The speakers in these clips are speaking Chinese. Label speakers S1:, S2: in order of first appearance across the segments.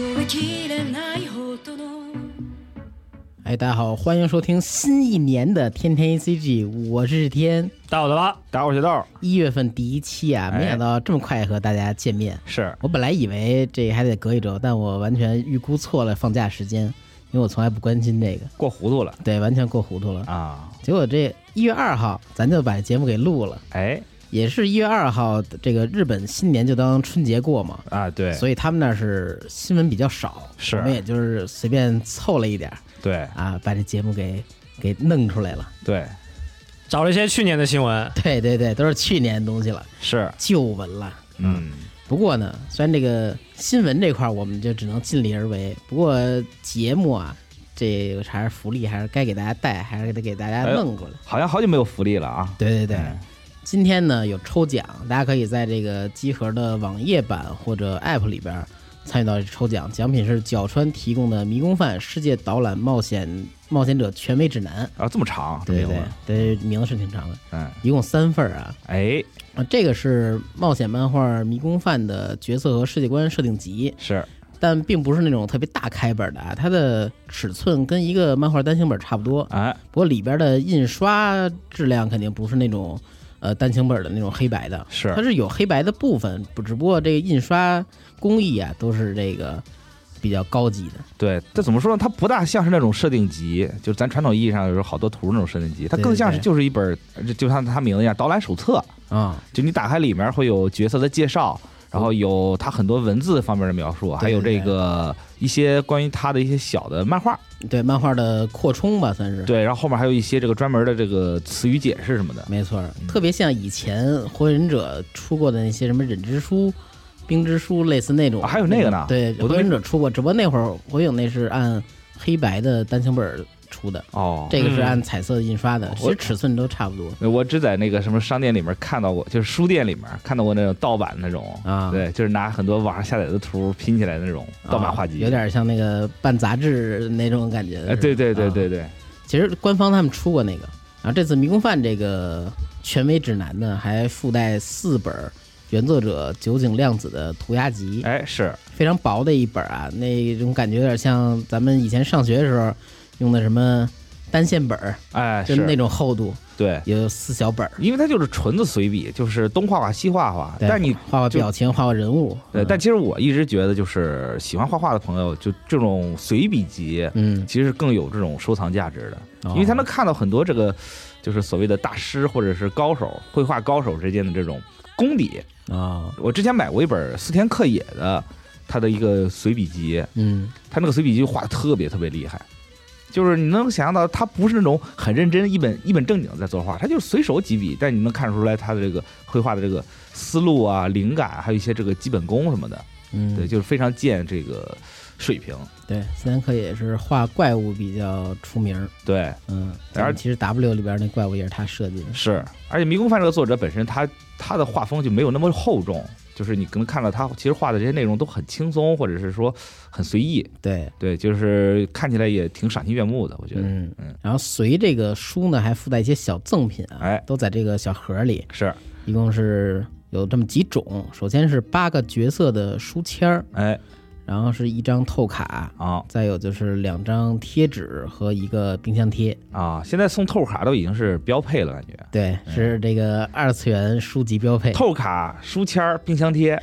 S1: 哎，大家好，欢迎收听新一年的天天 ACG， 我是天，
S2: 大家好吧，
S3: 大家好，我是豆。
S1: 1月份第一期啊，没想到这么快和大家见面。
S3: 是
S1: 我本来以为这还得隔一周，但我完全预估错了放假时间，因为我从来不关心这个，
S3: 过糊涂了。
S1: 对，完全过糊涂了
S3: 啊！
S1: 结果这1月2号，咱就把节目给录了。
S3: 哎，
S1: 也是1月2号，这个日本新年就当春节过嘛。
S3: 啊，对，
S1: 所以他们那是新闻比较少，
S3: 是
S1: 我们也就是随便凑了一点。
S3: 对
S1: 啊，把这节目给弄出来了。
S3: 对，
S2: 找了一些去年的新闻。
S1: 对对对，都是去年的东西了，
S3: 是
S1: 旧闻了。不过呢，虽然这个新闻这块我们就只能尽力而为，不过节目啊，这个还是福利，还是该给大家带，还是得给大家弄过来。
S3: 好像好久没有福利了啊！
S1: 对对对，今天呢有抽奖，大家可以在这个集合的网页版或者 App 里边参与到抽奖，奖品是角川提供的迷宫饭世界导览冒险者权威指南
S3: 啊，这么长，
S1: 对对对，名字是挺长的，一共3份啊。
S3: 哎，
S1: 这个是冒险漫画迷宫饭的角色和世界观设定集，
S3: 是，但
S1: 并不是那种特别大开本的啊，它的尺寸跟一个漫画单行本差不多，不过里边的印刷质量肯定不是那种单行本的那种黑白的，
S3: 是，
S1: 它是有黑白的部分，只不过这个印刷工艺啊都是这个比较高级的。
S3: 对，这怎么说呢？它不大像是那种设定集，就是咱传统意义上有好多图那种设定集，它更像是就是一本，就像它名字一样，导览手册
S1: 啊。
S3: 就你打开里面会有角色的介绍，然后有它很多文字方面的描述，还有这个一些关于它的一些小的漫画。
S1: 对，漫画的扩充吧，算是。
S3: 对，然后后面还有一些这个专门的这个词语解释什么的。
S1: 没错，特别像以前火影忍者出过的那些什么忍之书、冰之书，类似那种。
S3: 还有那个呢？
S1: 对，火影忍者出过，只不过那会儿火影那是按黑白的单行本出的
S3: 哦，
S1: 这个是按彩色印刷的，其实尺寸都差不多。
S3: 我只在那个什么商店里面看到过，就是书店里面看到过那种盗版那种
S1: 啊，
S3: 对，就是拿很多网上下载的图拼起来的那种盗版画集，
S1: 有点像那个办杂志那种感觉。
S3: 对对对对对，
S1: 其实官方他们出过那个，然后这次迷宫饭这个权威指南呢，还附带4本原作者酒井亮子的涂鸦集，
S3: 哎，是
S1: 非常薄的一本啊，那种感觉有点像咱们以前上学的时候用的什么单线本，
S3: 哎，
S1: 就那种厚度，
S3: 对，
S1: 有4小本，
S3: 因为它就是纯的随笔，就是东画画西画画，但你
S1: 画画表情，画画人物，
S3: 对，但其实我一直觉得，就是喜欢画画的朋友，就这种随笔集，其实更有这种收藏价值的，因为他能看到很多这个就是所谓的大师或者是高手，绘画高手之间的这种功底
S1: 啊。
S3: 我之前买过一本四田克也的他的一个随笔集，他那个随笔集画的特别特别厉害。就是你能想象到，他不是那种很认真、一本正经在作画，他就是随手几笔，但你能看出来他的这个绘画的这个思路啊、灵感，还有一些这个基本功什么的，对，就是非常见这个水平。
S1: 对，斯坦克也是画怪物比较出名，
S3: 对，
S1: 然后其实 W 里边那怪物也是他设计的，
S3: 是，而且迷宫饭这个作者本身他的画风就没有那么厚重。就是你能看到他其实画的这些内容都很轻松，或者是说很随意，
S1: 对
S3: 对，就是看起来也挺赏心悦目的，我觉得。
S1: 然后随这个书呢，还附带一些小赠品啊，都在这个小盒里，
S3: 是，
S1: 一共是有这么几种。首先是8个角色的书签儿，然后是1张透卡
S3: 啊，
S1: 再有就是2张贴纸和1个冰箱贴
S3: 啊。现在送透卡都已经是标配了，感觉。
S1: 对，是这个2次元书籍标配。
S3: 透卡、书签、冰箱贴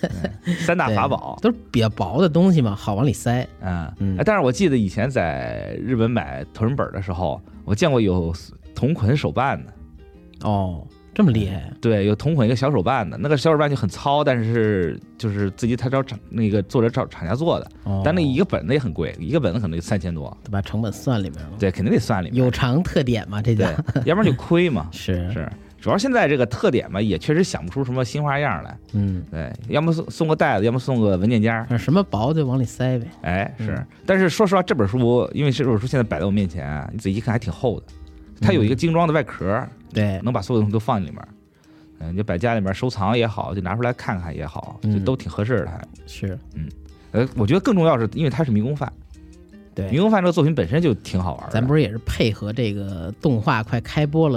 S3: ，3大法宝，
S1: 都是比较薄的东西嘛，好往里塞。
S3: 但是我记得以前在日本买同人本的时候，我见过有同捆手办的。
S1: 哦。这么厉害？
S3: 对，有同捆一个小手办的，那个小手办就很糙，但是就是自己他找那个作者找厂家做的，但那一个本子也很贵，一个本子可能3000多，
S1: 把成本算里面了。
S3: 对，肯定得算里面。
S1: 有偿特点嘛，这叫，
S3: 要不然就亏嘛。
S1: 是，
S3: 主要现在这个特点嘛，也确实想不出什么新花样来。对，要么送个袋子，要么送个文件夹，
S1: 什么薄就往里塞呗。
S3: 哎，是，但是说实话，这本书因为这本书现在摆在我面前，你仔细看还挺厚的，它有一个精装的外壳。
S1: 对，
S3: 能把所有东西都放进里面，你就摆家里面收藏也好，就拿出来看看也好，就都挺合适的。
S1: 是，
S3: 我觉得更重要是因为它是迷宫饭，
S1: 对，
S3: 迷宫饭这个作品本身就挺好玩的。
S1: 咱不是也是配合这个动画快开播了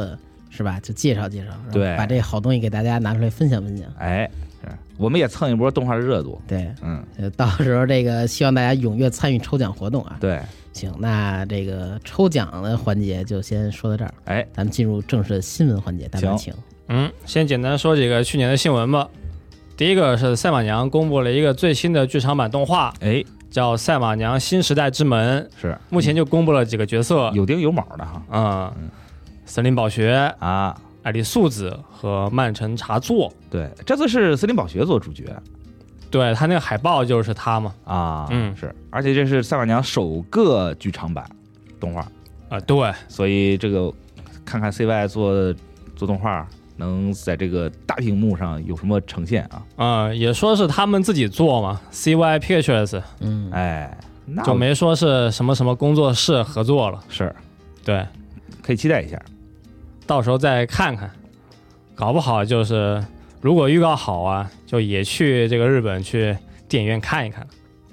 S1: 是吧？就介绍介绍，
S3: 对，
S1: 把这好东西给大家拿出来分享分享。
S3: 哎，是我们也蹭一波动画的热度。
S1: 对，到时候这个希望大家踊跃参与抽奖活动啊。
S3: 对，
S1: 行，那这个抽奖的环节就先说到这儿。
S3: 哎，
S1: 咱们进入正式的新闻环节，大家请。
S2: 先简单说几个去年的新闻吧。第一个是赛马娘公布了一个最新的剧场版动画，叫《赛马娘新时代之门》，
S3: 是
S2: 目前就公布了几个角色，
S3: 有丁有卯的哈，
S2: 森林宝学
S3: 啊，
S2: 艾丽素子和曼城茶座。
S3: 对，这次是森林宝学做主角，
S2: 对他那个海报就是他嘛，
S3: 是，而且这是赛马娘首个剧场版动画
S2: 对，
S3: 所以这个看看 CY 做动画。能在这个大屏幕上有什么呈现啊？
S2: 也说是他们自己做嘛 ，CY Pictures，就没说是什么什么工作室合作了。
S3: 是，
S2: 对，
S3: 可以期待一下，
S2: 到时候再看看，搞不好就是如果预告好啊，就也去这个日本去电影院看一看。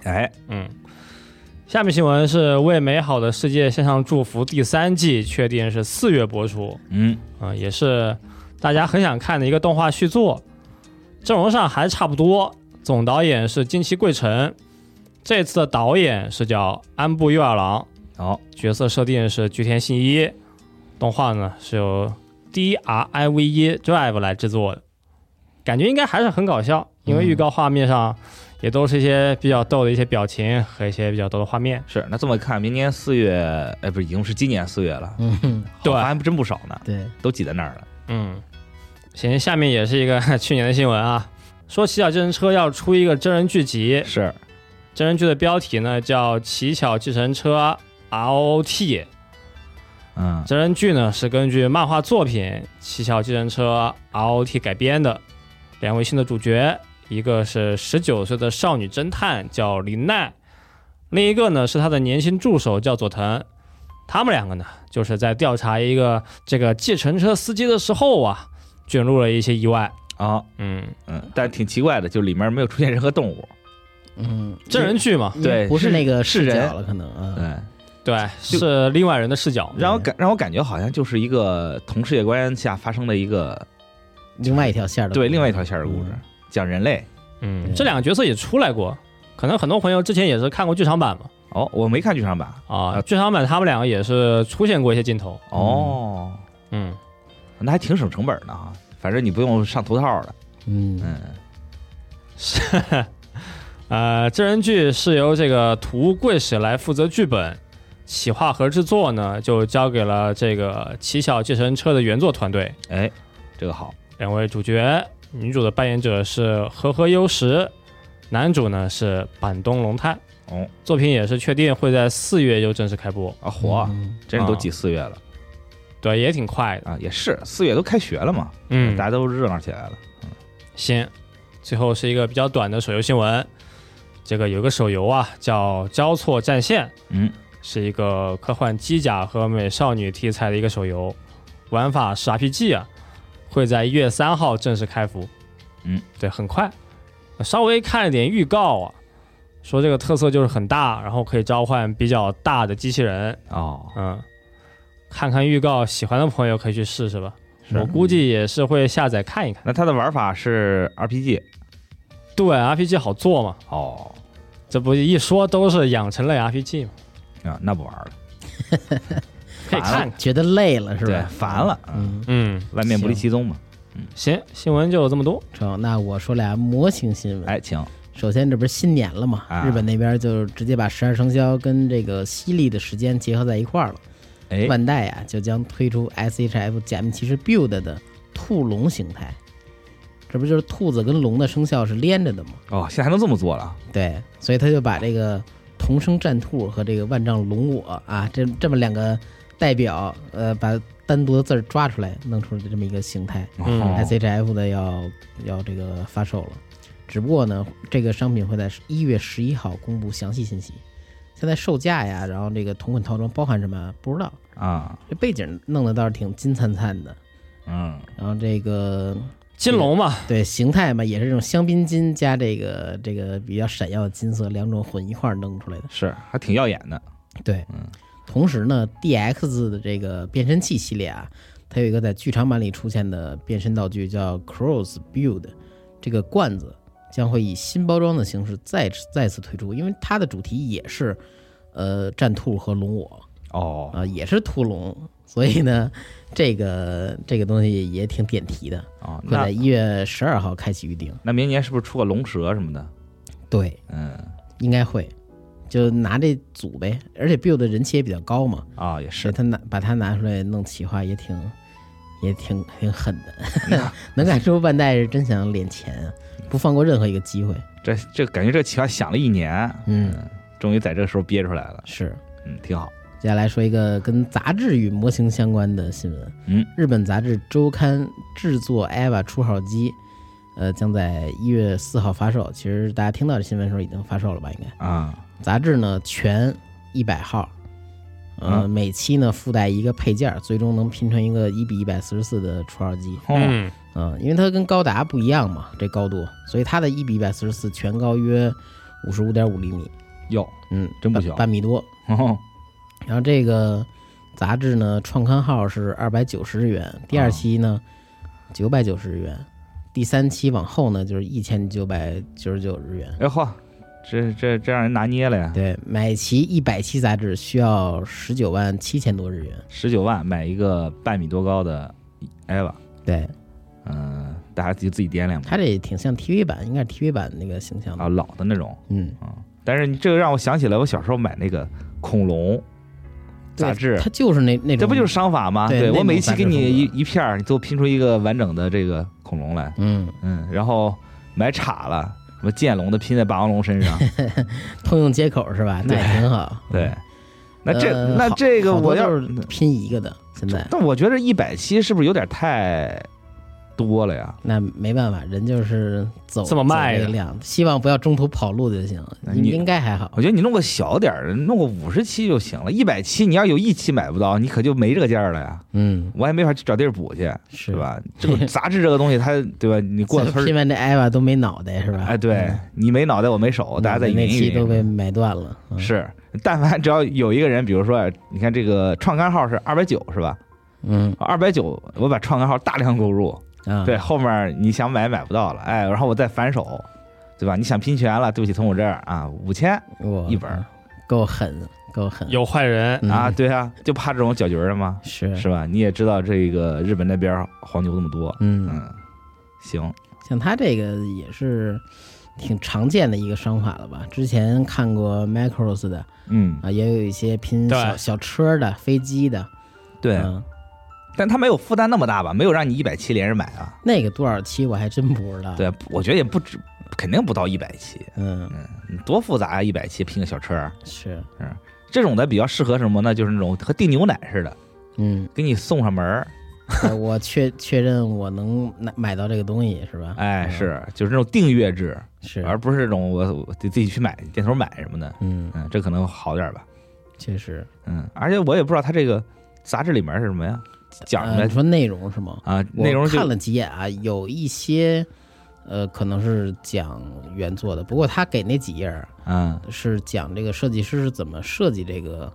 S2: 下面新闻是为美好的世界献上祝福第3季确定是4月播出，也是。大家很想看的一个动画续作，阵容上还差不多。总导演是金崎贵臣，这次的导演是叫安部佑二郎，角色设定是菊田信一，动画呢是由 DRIVE Drive 来制作的，感觉应该还是很搞笑，因为预告画面上也都是一些比较逗的一些表情和一些比较逗的画面。
S3: 是，那这么看，明年4月，不是已经是今年4月了，
S2: 对，
S3: 还真不少呢，
S1: 对，
S3: 都挤在那儿了。
S2: 行，下面也是一个去年的新闻啊，说奇巧计程车要出一个真人剧集，
S3: 是，
S2: 真人剧的标题呢叫《奇巧计程车 ROT》，真人剧呢是根据漫画作品《奇巧计程车 ROT》改编的，两位新的主角，一个是19岁的少女侦探叫林奈，另一个呢是她的年轻助手叫佐藤，他们两个呢就是在调查一个这个计程车司机的时候啊。卷入了一些意外
S3: 但挺奇怪的，就里面没有出现任何动物，
S2: 真人剧嘛，
S3: 对，
S1: 不是那个视角了，可能
S2: 对，是另外人的视角，
S3: 让我感觉好像就是一个同世界观下发生的一个
S1: 另外一条线的，
S3: 对，另外一条线的故事，讲人类，
S2: 这两个角色也出来过，可能很多朋友之前也是看过剧场版嘛，
S3: 我没看剧场版
S2: 剧场版他们两个也是出现过一些镜头，
S3: 那还挺省成本的哈，反正你不用上头套了。
S2: 是，真人剧是由这个图贵史来负责剧本，企划和制作呢就交给了这个奇巧计程车的原作团队。
S3: 这个好。
S2: 两位主角，女主的扮演者是和和优实，男主呢是坂东龙太。作品也是确定会在4月就正式开播
S3: 真是都挤4月了。
S2: 对，也挺快的
S3: 也是4月都开学了嘛，大家都热闹起来了。
S2: 行，最后是一个比较短的手游新闻，这个有个手游啊叫交错战线，是一个科幻机甲和美少女题材的一个手游，玩法是 RPG 啊，会在1月3号正式开服。对，很快。稍微看了点预告啊，说这个特色就是很大，然后可以召唤比较大的机器人看看预告，喜欢的朋友可以去试试吧。我估计也是会下载看一看。
S3: 那它的玩法是 RPG？
S2: 对 ，RPG 好做嘛。这不一说都是养成类 RPG
S3: 嘛。那不玩了，
S2: 可以看，
S1: 觉得累了是吧？
S3: 对，烦了。万变不离其宗嘛。
S2: 行，新闻就这么多。
S1: 成，那我说俩模型新闻。
S3: 请。
S1: 首先，这不是新年了嘛？日本那边就直接把12生肖跟这个西历的时间结合在一块儿了。万代啊就将推出 SHF 假面骑士 Build 的兔龙形态，这不就是兔子跟龙的生肖是连着的吗？
S3: 现在还能这么做了？
S1: 对，所以他就把这个同生战兔和这个万丈龙我啊，这么两个代表，把单独的字抓出来，弄出了这么一个形态。SHF 的要这个发售了，只不过呢，这个商品会在1月11号公布详细信息。现在售价呀，然后这个同款套装包含什么不知道这背景弄得倒是挺金灿灿的，然后这个
S2: 金龙嘛，
S1: 对，形态嘛也是这种香槟金加这个比较闪耀的金色，两种混一块弄出来的，
S3: 是还挺耀眼的。
S1: 对，同时呢 DX 的这个变身器系列啊， 它有一个在剧场版里出现的变身道具叫 Cross Build， 这个罐子将会以新包装的形式再次推出，因为它的主题也是战兔和龙我也是兔龙，所以呢这个东西也挺点题的会在1月12号开启预定。
S3: 那明年是不是出个龙蛇什么的？对，
S1: 应该会，就拿这组呗，而且 build 的人气也比较高嘛
S3: 也是，
S1: 把它拿出来弄企划也挺狠的能干出万代是真想敛钱，不放过任何一个机会。
S3: 这感觉这企划想了1年，终于在这个时候憋出来了，
S1: 是，
S3: 挺好。
S1: 接下来说一个跟杂志与模型相关的新闻，日本杂志周刊制作 EVA 初号机，将在1月4号发售。其实大家听到这新闻的时候已经发售了吧？应该杂志呢全100号，每期呢附带一个配件，最终能拼成一个1:144的初号机。因为它跟高达不一样嘛，这高度，所以它的1:144全高约55.5厘米。
S3: 哟，真不小，
S1: 半米多。然后这个杂志呢，创刊号是290日元，第2期呢990日元，第3期往后呢就是1999日元。
S3: 哎嚯，这让人拿捏了呀！
S1: 对，买齐100期杂志需要19万7000多日元。19
S3: 万买一个半米多高的 EVA。
S1: 对，
S3: 大家自己掂量吧。
S1: 它这挺像 TV 版，应该是 TV 版那个形象的
S3: 老的那种。但是你这个让我想起来，我小时候买那个恐龙杂志，
S1: 它就是那种，
S3: 这不就是商法吗？对，我每一期给你一片，你最后拼出一个完整的这个恐龙来。然后买岔了，什么剑龙的拼在霸王龙身上，
S1: 通用接口是吧？那也挺好。
S3: 对，那这个我要
S1: 拼一个的，现在。
S3: 但我觉得100期是不是有点太多了呀？
S1: 那没办法，人就是走
S2: 这么卖
S1: 的量，希望不要中途跑路就行。应该还好，
S3: 我觉得你弄个小点的，弄个50期就行了。100期你要有1期买不到，你可就没这个价了呀。我也没法去找地儿补去，是吧？这个杂志这个东西，它对吧？你过村
S1: 拼完这 EVA 都没脑袋是吧？
S3: 哎，对你没脑袋我没手，大家在
S1: 那期都被买断了。
S3: 是，但凡只要有一个人，比如说，你看这个创刊号是290是吧？290，我把创刊号大量购入。对，后面你想买不到了，然后我再反手，对吧？你想拼全了，对不起，从我这儿5000一本，
S1: 够狠，
S2: 有坏人
S3: 对啊，就怕这种搅局的嘛，是吧？你也知道这个日本那边黄牛那么多，行，
S1: 像他这个也是挺常见的一个商法了吧？之前看过 Macross 的，也有一些拼小车的、飞机的，
S3: 对。但他没有负担那么大吧？没有让你100期连着买啊？
S1: 那个多少期我还真不知道。
S3: 对，我觉得也不止，肯定不到100期。多复杂啊！100期拼个小车，
S1: 是
S3: 这种的比较适合什么呢？就是那种和订牛奶似的，给你送上门。
S1: 我确认我能买到这个东西是吧？
S3: 是，就是那种订阅制，
S1: 是，
S3: 而不是这种我得自己去买店头买什么的。这可能好点吧？
S1: 确实，
S3: 而且我也不知道他这个杂志里面是什么呀？讲什么？
S1: 你说内容是吗？
S3: 内容
S1: 看了几眼有一些可能是讲原作的，不过他给那几页是讲这个设计师是怎么设计这个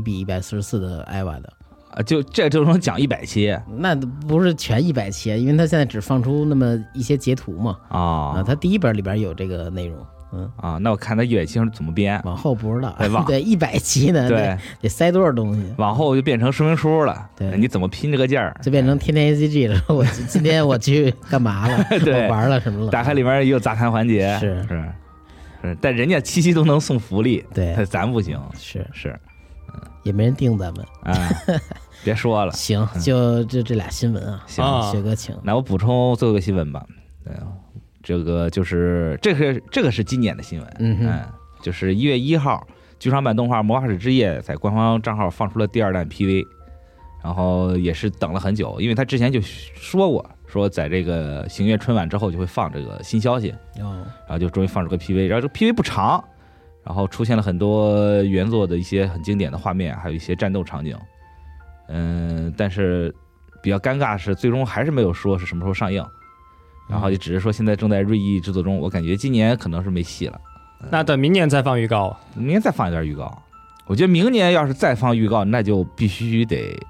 S1: 1:144的 EVA 的
S3: 就能讲100期？
S1: 那不是全100期，因为他现在只放出那么一些截图嘛。他第一本里边有这个内容。
S3: 那我看他100期怎么编，
S1: 往后不知道。对100期呢，
S3: 对，
S1: 得塞多少东西？
S3: 往后就变成说明书了。
S1: 对，
S3: 你怎么拼这个件儿？
S1: 就变成天天 ACG 了。我今天我去干嘛了？
S3: 对，
S1: 我玩了什么了？
S3: 打开里面也有杂谈环节。是，但人家7期都能送福利，
S1: 对，
S3: 咱不行。
S1: 是，
S3: 也
S1: 没人盯咱们。
S3: 别说了。
S1: 行，就这俩新闻啊。
S3: 行，
S1: 雪哥请。
S3: 那我补充最后一个新闻吧。这个就是这个是今年的新闻，就是1月1号，剧场版动画《魔法使之夜》在官方账号放出了第2弹 PV， 然后也是等了很久，因为他之前就说过，说在这个行月春晚之后就会放这个新消息，然后就终于放出个 PV， 然后这个 PV 不长，然后出现了很多原作的一些很经典的画面，还有一些战斗场景，但是比较尴尬是最终还是没有说是什么时候上映。然后也只是说现在正在锐意制作中，我感觉今年可能是没戏了。
S2: 那等明年再放预告，
S3: 明年再放一段预告。我觉得明年要是再放预告，那就必须得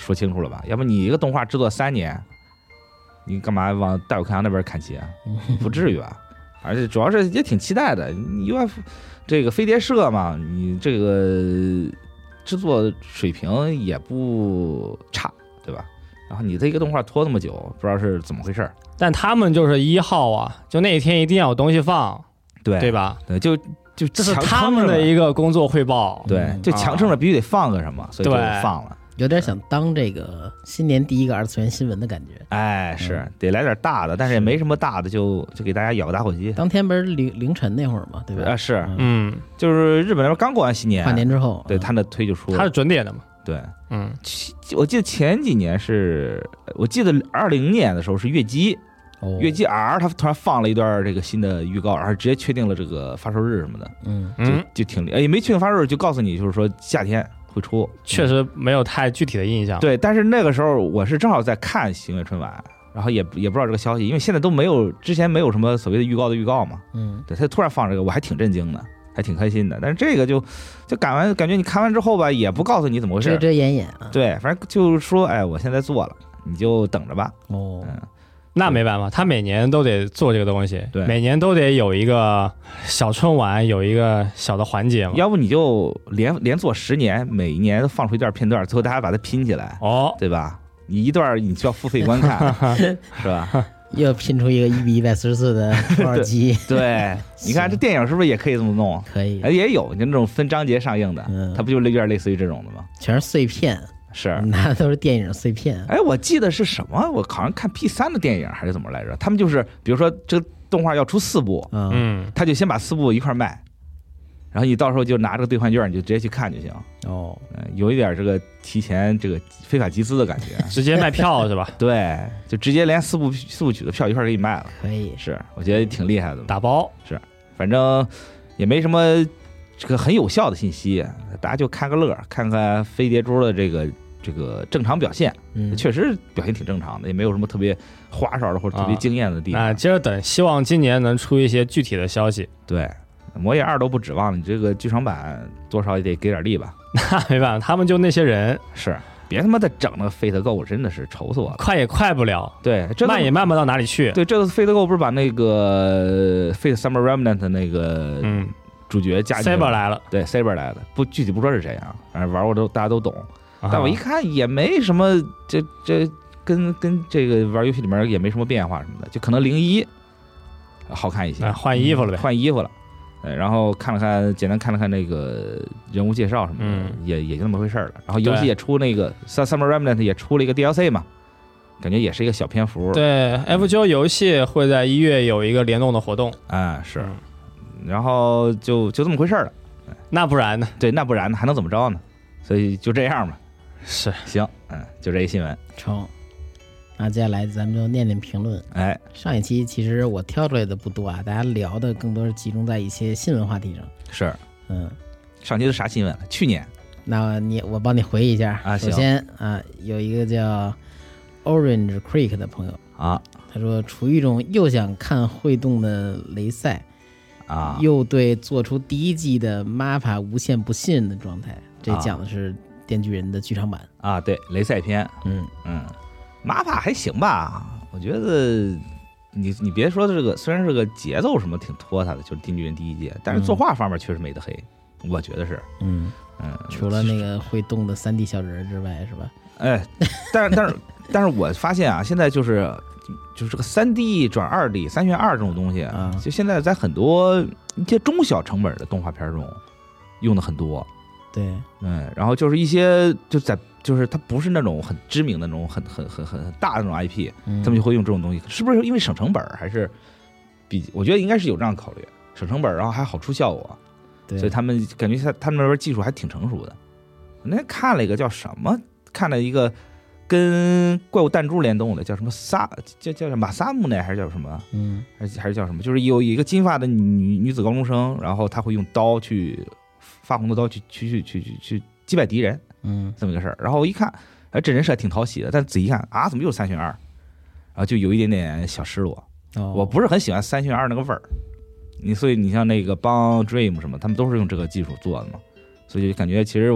S3: 说清楚了吧？要不你一个动画制作3年，你干嘛往大有克洋那边看齐啊？不至于吧？而且主要是也挺期待的，因为这个飞碟社嘛，你这个制作水平也不差，对吧？然后你这个动画拖那么久，不知道是怎么回事。
S2: 但他们就是1号啊，就那一天一定要有东西放，对吧？
S3: 对，就
S2: 这是他们的一个工作汇报，
S3: 对，就强撑着必须得放个什么，所以就放了。
S1: 有点想当这个新年第一个二次元新闻的感觉。
S3: 哎，是得来点大的，但是也没什么大的，就给大家咬个打火机。
S1: 当天不是凌晨那会儿嘛，对吧？
S3: 是，就是日本那边刚过完新年，
S1: 跨年之后，
S3: 对他的推就出了，
S2: 他是准点的嘛。
S3: 对，我记得前几年我记得2020年的时候是月姬。月姬 R 他突然放了一段这个新的预告，然后直接确定了这个发售日什么的，就挺也没确定发售日，就告诉你就是说夏天会出，
S2: 确实没有太具体的印象。
S3: 对，但是那个时候我是正好在看星月春晚，然后也不知道这个消息，因为现在都没有之前没有什么所谓的预告嘛，对，他突然放这个，我还挺震惊的，还挺开心的。但是这个就感觉你看完之后吧，也不告诉你怎么回事，
S1: 遮掩啊。
S3: 对，反正就是说，哎，我现在做了，你就等着吧。
S2: 那没办法，他每年都得做这个东西，
S3: 对，
S2: 每年都得有一个小春晚，有一个小的环节嘛。
S3: 要不你就连做10年，每一年都放出一段片段，最后大家把它拼起来，对吧？你一段你需要付费观看，是吧？
S1: 又拼出一个1:144的多少集？
S3: 对，你看这电影是不是也可以这么弄？
S1: 可以，
S3: 也有你那种分章节上映的，它不就有点类似于这种的吗？
S1: 全是碎片。
S3: 是，
S1: 那都是电影碎片。
S3: 哎，我记得是什么？我好像看 P3 的电影还是怎么来着？他们就是比如说这个动画要出4部，他就先把4部一块卖，然后你到时候就拿这个兑换券，你就直接去看就行。有一点这个提前这个非法集资的感觉，
S2: 直接卖票是吧？
S3: 对，就直接连4部曲的票一块给你卖了。
S1: 可以，
S3: 是，我觉得挺厉害的，
S2: 打包
S3: 是，反正也没什么这个很有效的信息，大家就看个乐，看看飞碟猪的这个正常表现，确实表现挺正常的，也没有什么特别花哨的或者特别惊艳的地方。
S2: 接着等，希望今年能出一些具体的消息。
S3: 对，魔夜2都不指望你这个剧场版多少也得给点力吧。
S2: 那没办法，他们就那些人，
S3: 是别他妈的整那个 Fate Go， 真的是愁死我了。
S2: 快也快不了，
S3: 对，
S2: 慢也慢不到哪里去。
S3: 对，这次 Fate Go 不是把那个 Fate Summer Remnant 那个主角加进
S2: Saber 来了，
S3: 对 Saber 来了，不具体不说是谁啊，反正玩过大家都懂。但我一看也没什么，这跟这个玩游戏里面也没什么变化什么的，就可能01好看一些，
S2: 换衣服了呗，
S3: 换衣服了。然后简单看了看那个人物介绍什么的，也就那么回事了。然后游戏也出那个 Summer Remnant 也出了一个 DLC 嘛，感觉也是一个小篇幅。
S2: 对 ，FGO 游戏会在1月有一个联动的活动
S3: 是，然后就这么回事了。
S2: 那不然呢？
S3: 对，那不然呢？还能怎么着呢？所以就这样吧。
S2: 是，
S3: 行，就这一新闻
S1: 成。那接下来咱们就念念评论。上一期其实我挑出来的不多啊，大家聊的更多是集中在一些新闻话题上。
S3: 是，上期是啥新闻？去年。
S1: 那我帮你回忆一下啊。首先有一个叫 Orange Creek 的朋友他说处于一种又想看会动的雷赛又对做出第1季的 MAPPA 无限不信任的状态。这讲的是电锯人的剧场版
S3: 对，雷赛篇。MAPPA 还行吧，我觉得你别说这个，虽然这个节奏什么挺拖沓的，就是电锯人第1季，但是作画方面确实没得黑，我觉得是。
S1: 除了那个会动的3D 小人之外，是吧？
S3: 但是我发现现在就是这个3D 转2D 3选2这种东西就现在在很多一些中小成本的动画片中用的很多。
S1: 对，
S3: 然后就是一些就是它不是那种很知名的那种很大的那种 IP，他们就会用这种东西，是不是因为省成本，还是我觉得应该是有这样考虑，省成本，然后还好出效果，所以他们感觉他们那边技术还挺成熟的。我那天看了一个叫什么，看了一个跟怪物弹珠联动的，叫什么叫马萨姆呢，还是叫什么？还是叫什么？就是有一个金发的女子高中生，然后她会用刀去发红的刀去击败敌人，这么一个事儿。然后我一看，这人设还挺讨喜的，但仔细看怎么又是3选2，然后就有一点点小失落。我不是很喜欢3选2那个味儿，所以你像那个帮 Dream 什么，他们都是用这个技术做的嘛，所以就感觉其实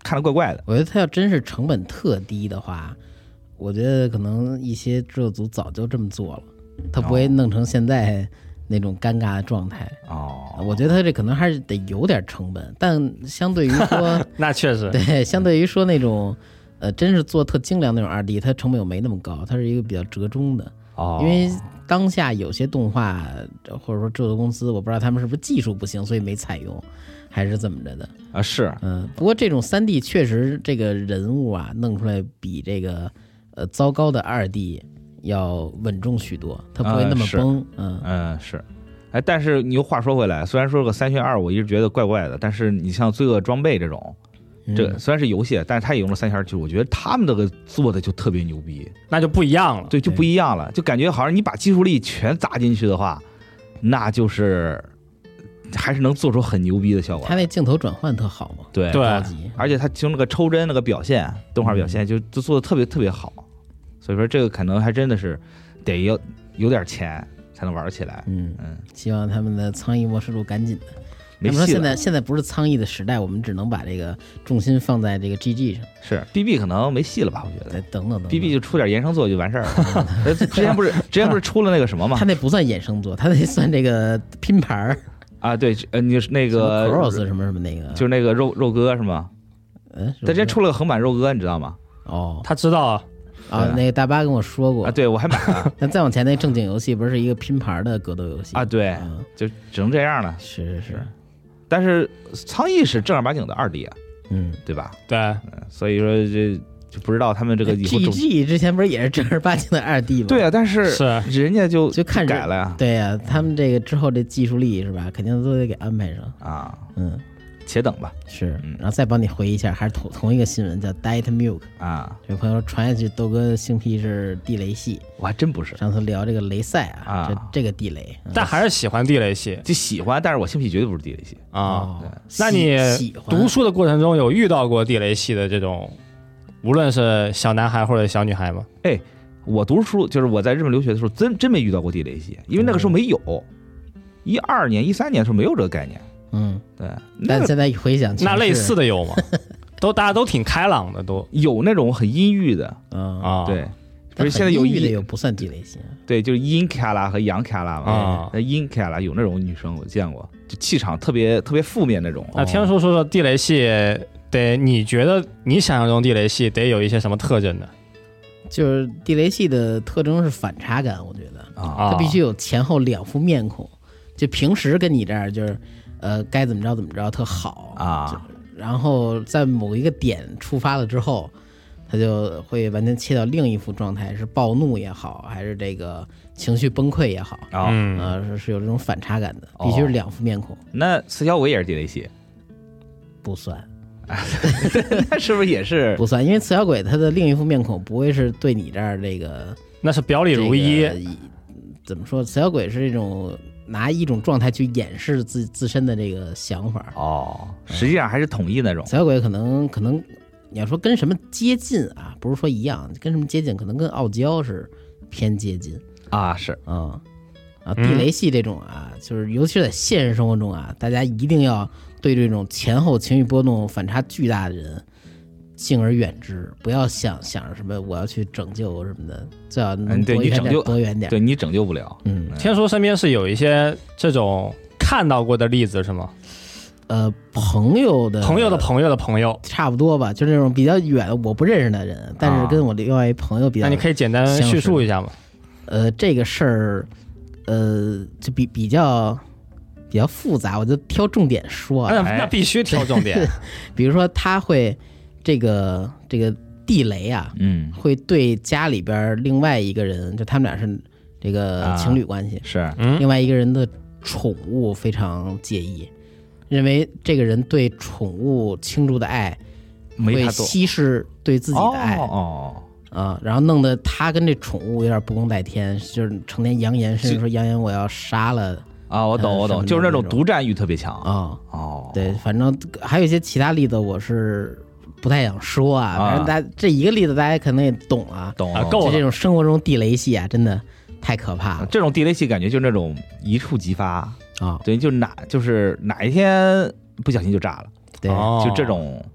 S3: 看着怪怪的。
S1: 我觉得他要真是成本特低的话，我觉得可能一些制作组早就这么做了，他不会弄成现在那种尴尬的状态。我觉得他这可能还是得有点成本，但相对于说
S2: 那确实
S1: 对，相对于说那种真是做特精良那种2D，它成本又没那么高，它是一个比较折中的。因为当下有些动画或者说制作公司，我不知道他们是不是技术不行，所以没采用，还是怎么着的
S3: 啊？是，
S1: 不过这种3D 确实这个人物啊弄出来比这个糟糕的2D要稳重许多，它不会那么崩。
S3: 是。哎，但是你又话说回来，虽然说个3选2，我一直觉得怪怪的，但是你像罪恶装备这种。这虽然是游戏，但是他也用了3选2技术，我觉得他们这个做的就特别牛逼，
S2: 那就不一样了。
S3: 对，就不一样了，就感觉好像你把技术力全砸进去的话，那就是还是能做出很牛逼的效果。
S1: 他那镜头转换特好嘛，
S3: 对，
S1: 高级，
S3: 而且他其中那个抽帧那个表现，动画表现就做的特别特别好，所以说这个可能还真的是得有点钱才能玩起来。
S1: 希望他们的苍翼模式录赶紧的。他们说现在不是苍翼的时代，我们只能把这个重心放在这个 GG 上。
S3: 是 BB 可能没戏了吧？我觉得。
S1: 等
S3: BB 就出点衍生作就完事儿了。之前不是出了那个什么吗？
S1: 他那不算衍生作，他那算这个拼盘
S3: 啊。对，你那个
S1: Cross 什么那个，
S3: 就是那个肉哥是吗？他之前出了个横版肉哥，你知道吗？
S2: 他知道
S1: 啊。那个大巴跟我说过
S3: 啊，对我还买了。
S1: 但再往前那正经游戏不是一个拼盘的格斗游戏
S3: 啊？对，就只能这样了。
S1: 是。
S3: 但是苍翼是正儿八经的2D 啊，对吧？
S2: 对，
S3: 所以说这就不知道他们这个以后
S1: GG 之前不是也是正儿八经的2D 吗？
S3: 对啊，但是人家就
S1: 看
S3: 改了呀。
S1: 对呀，他们这个之后这技术力是吧，肯定都得给安排上
S3: 啊。且等吧。
S1: 是，然后再帮你回忆一下，还是同一个新闻，叫 Diet Milk
S3: 啊。
S1: 这朋友传下去，豆哥性癖是地雷系，
S3: 我还真不是。
S1: 上次聊这个雷赛啊，这个地雷，
S2: 但还是喜欢地雷系，
S3: 就喜欢，但是我性癖绝对不是地雷系
S2: 啊。那你读书的过程中有遇到过地雷系的这种，无论是小男孩或者小女孩吗？
S3: 哎，我读书就是我在日本留学的时候，真没遇到过地雷系，因为那个时候没有，12年、13年的时候没有这个概念。对。
S1: 但现在一回想，
S2: 那类似的有吗？大家都挺开朗的，都
S3: 有那种很阴郁的对。不是现在有
S1: 阴郁的又不算地雷系，
S3: 对，就是阴卡拉和阳卡拉嘛。阴卡拉有那种女生我见过，就气场特别特别负面那种。
S2: 那听说地雷系你觉得你想象中地雷系得有一些什么特征呢？
S1: 就是地雷系的特征是反差感，我觉得它必须有前后2副面孔，就平时跟你这儿就是该怎么着特好
S3: 啊，
S1: 然后在某一个点触发了之后，他就会完全切到另一副状态，是暴怒也好，还是这个情绪崩溃也好是有这种反差感的，必须是2副面孔。
S3: 那四小鬼也是地雷系？
S1: 不算。
S3: 那是不是也是
S1: 不算？因为刺小鬼他的另一副面孔不会是对你这儿这个，
S2: 那是表里如一。
S1: 怎么说？刺小鬼是这种拿一种状态去掩饰自身的这个想法。
S3: 实际上还是统一那种。
S1: 刺小鬼可能你要说跟什么接近啊，不是说一样，跟什么接近，可能跟傲娇是偏接近
S3: 啊。是
S1: 地雷系这种就是尤其是在现实生活中大家一定要对这种前后情绪波动反差巨大的人敬而远之，不要想着什么我要去拯救什么的，最好能躲远点。
S3: 对，你拯救不了。
S2: 听说身边是有一些这种看到过的例子是吗？
S1: 朋友的
S2: 朋友
S1: 差不多吧，就那种比较远的我不认识的人，但是跟我另外一朋友比较，
S2: 那你可以简单叙述一下吗？
S1: 这个事儿就比较复杂，我就挑重点说
S2: 那必须挑重点。
S1: 比如说他会这个地雷会对家里边另外一个人，就他们俩是这个情侣关系，
S3: 是
S1: 另外一个人的宠物非常介意，认为这个人对宠物倾注的爱会稀释对自己的爱然后弄得他跟这宠物有点不共戴天，就是成天扬言，甚至说扬言我要杀了
S3: 我懂，就是那种独占欲特别强
S1: 对，反正还有一些其他例子我是不太想说反正大家这一个例子大家可能也懂
S3: 够
S1: 了。这种生活中地雷系真的太可怕了。
S3: 这种地雷系感觉就是那种一触即发对，就是哪一天不小心就炸了，
S1: 对，
S3: 就这种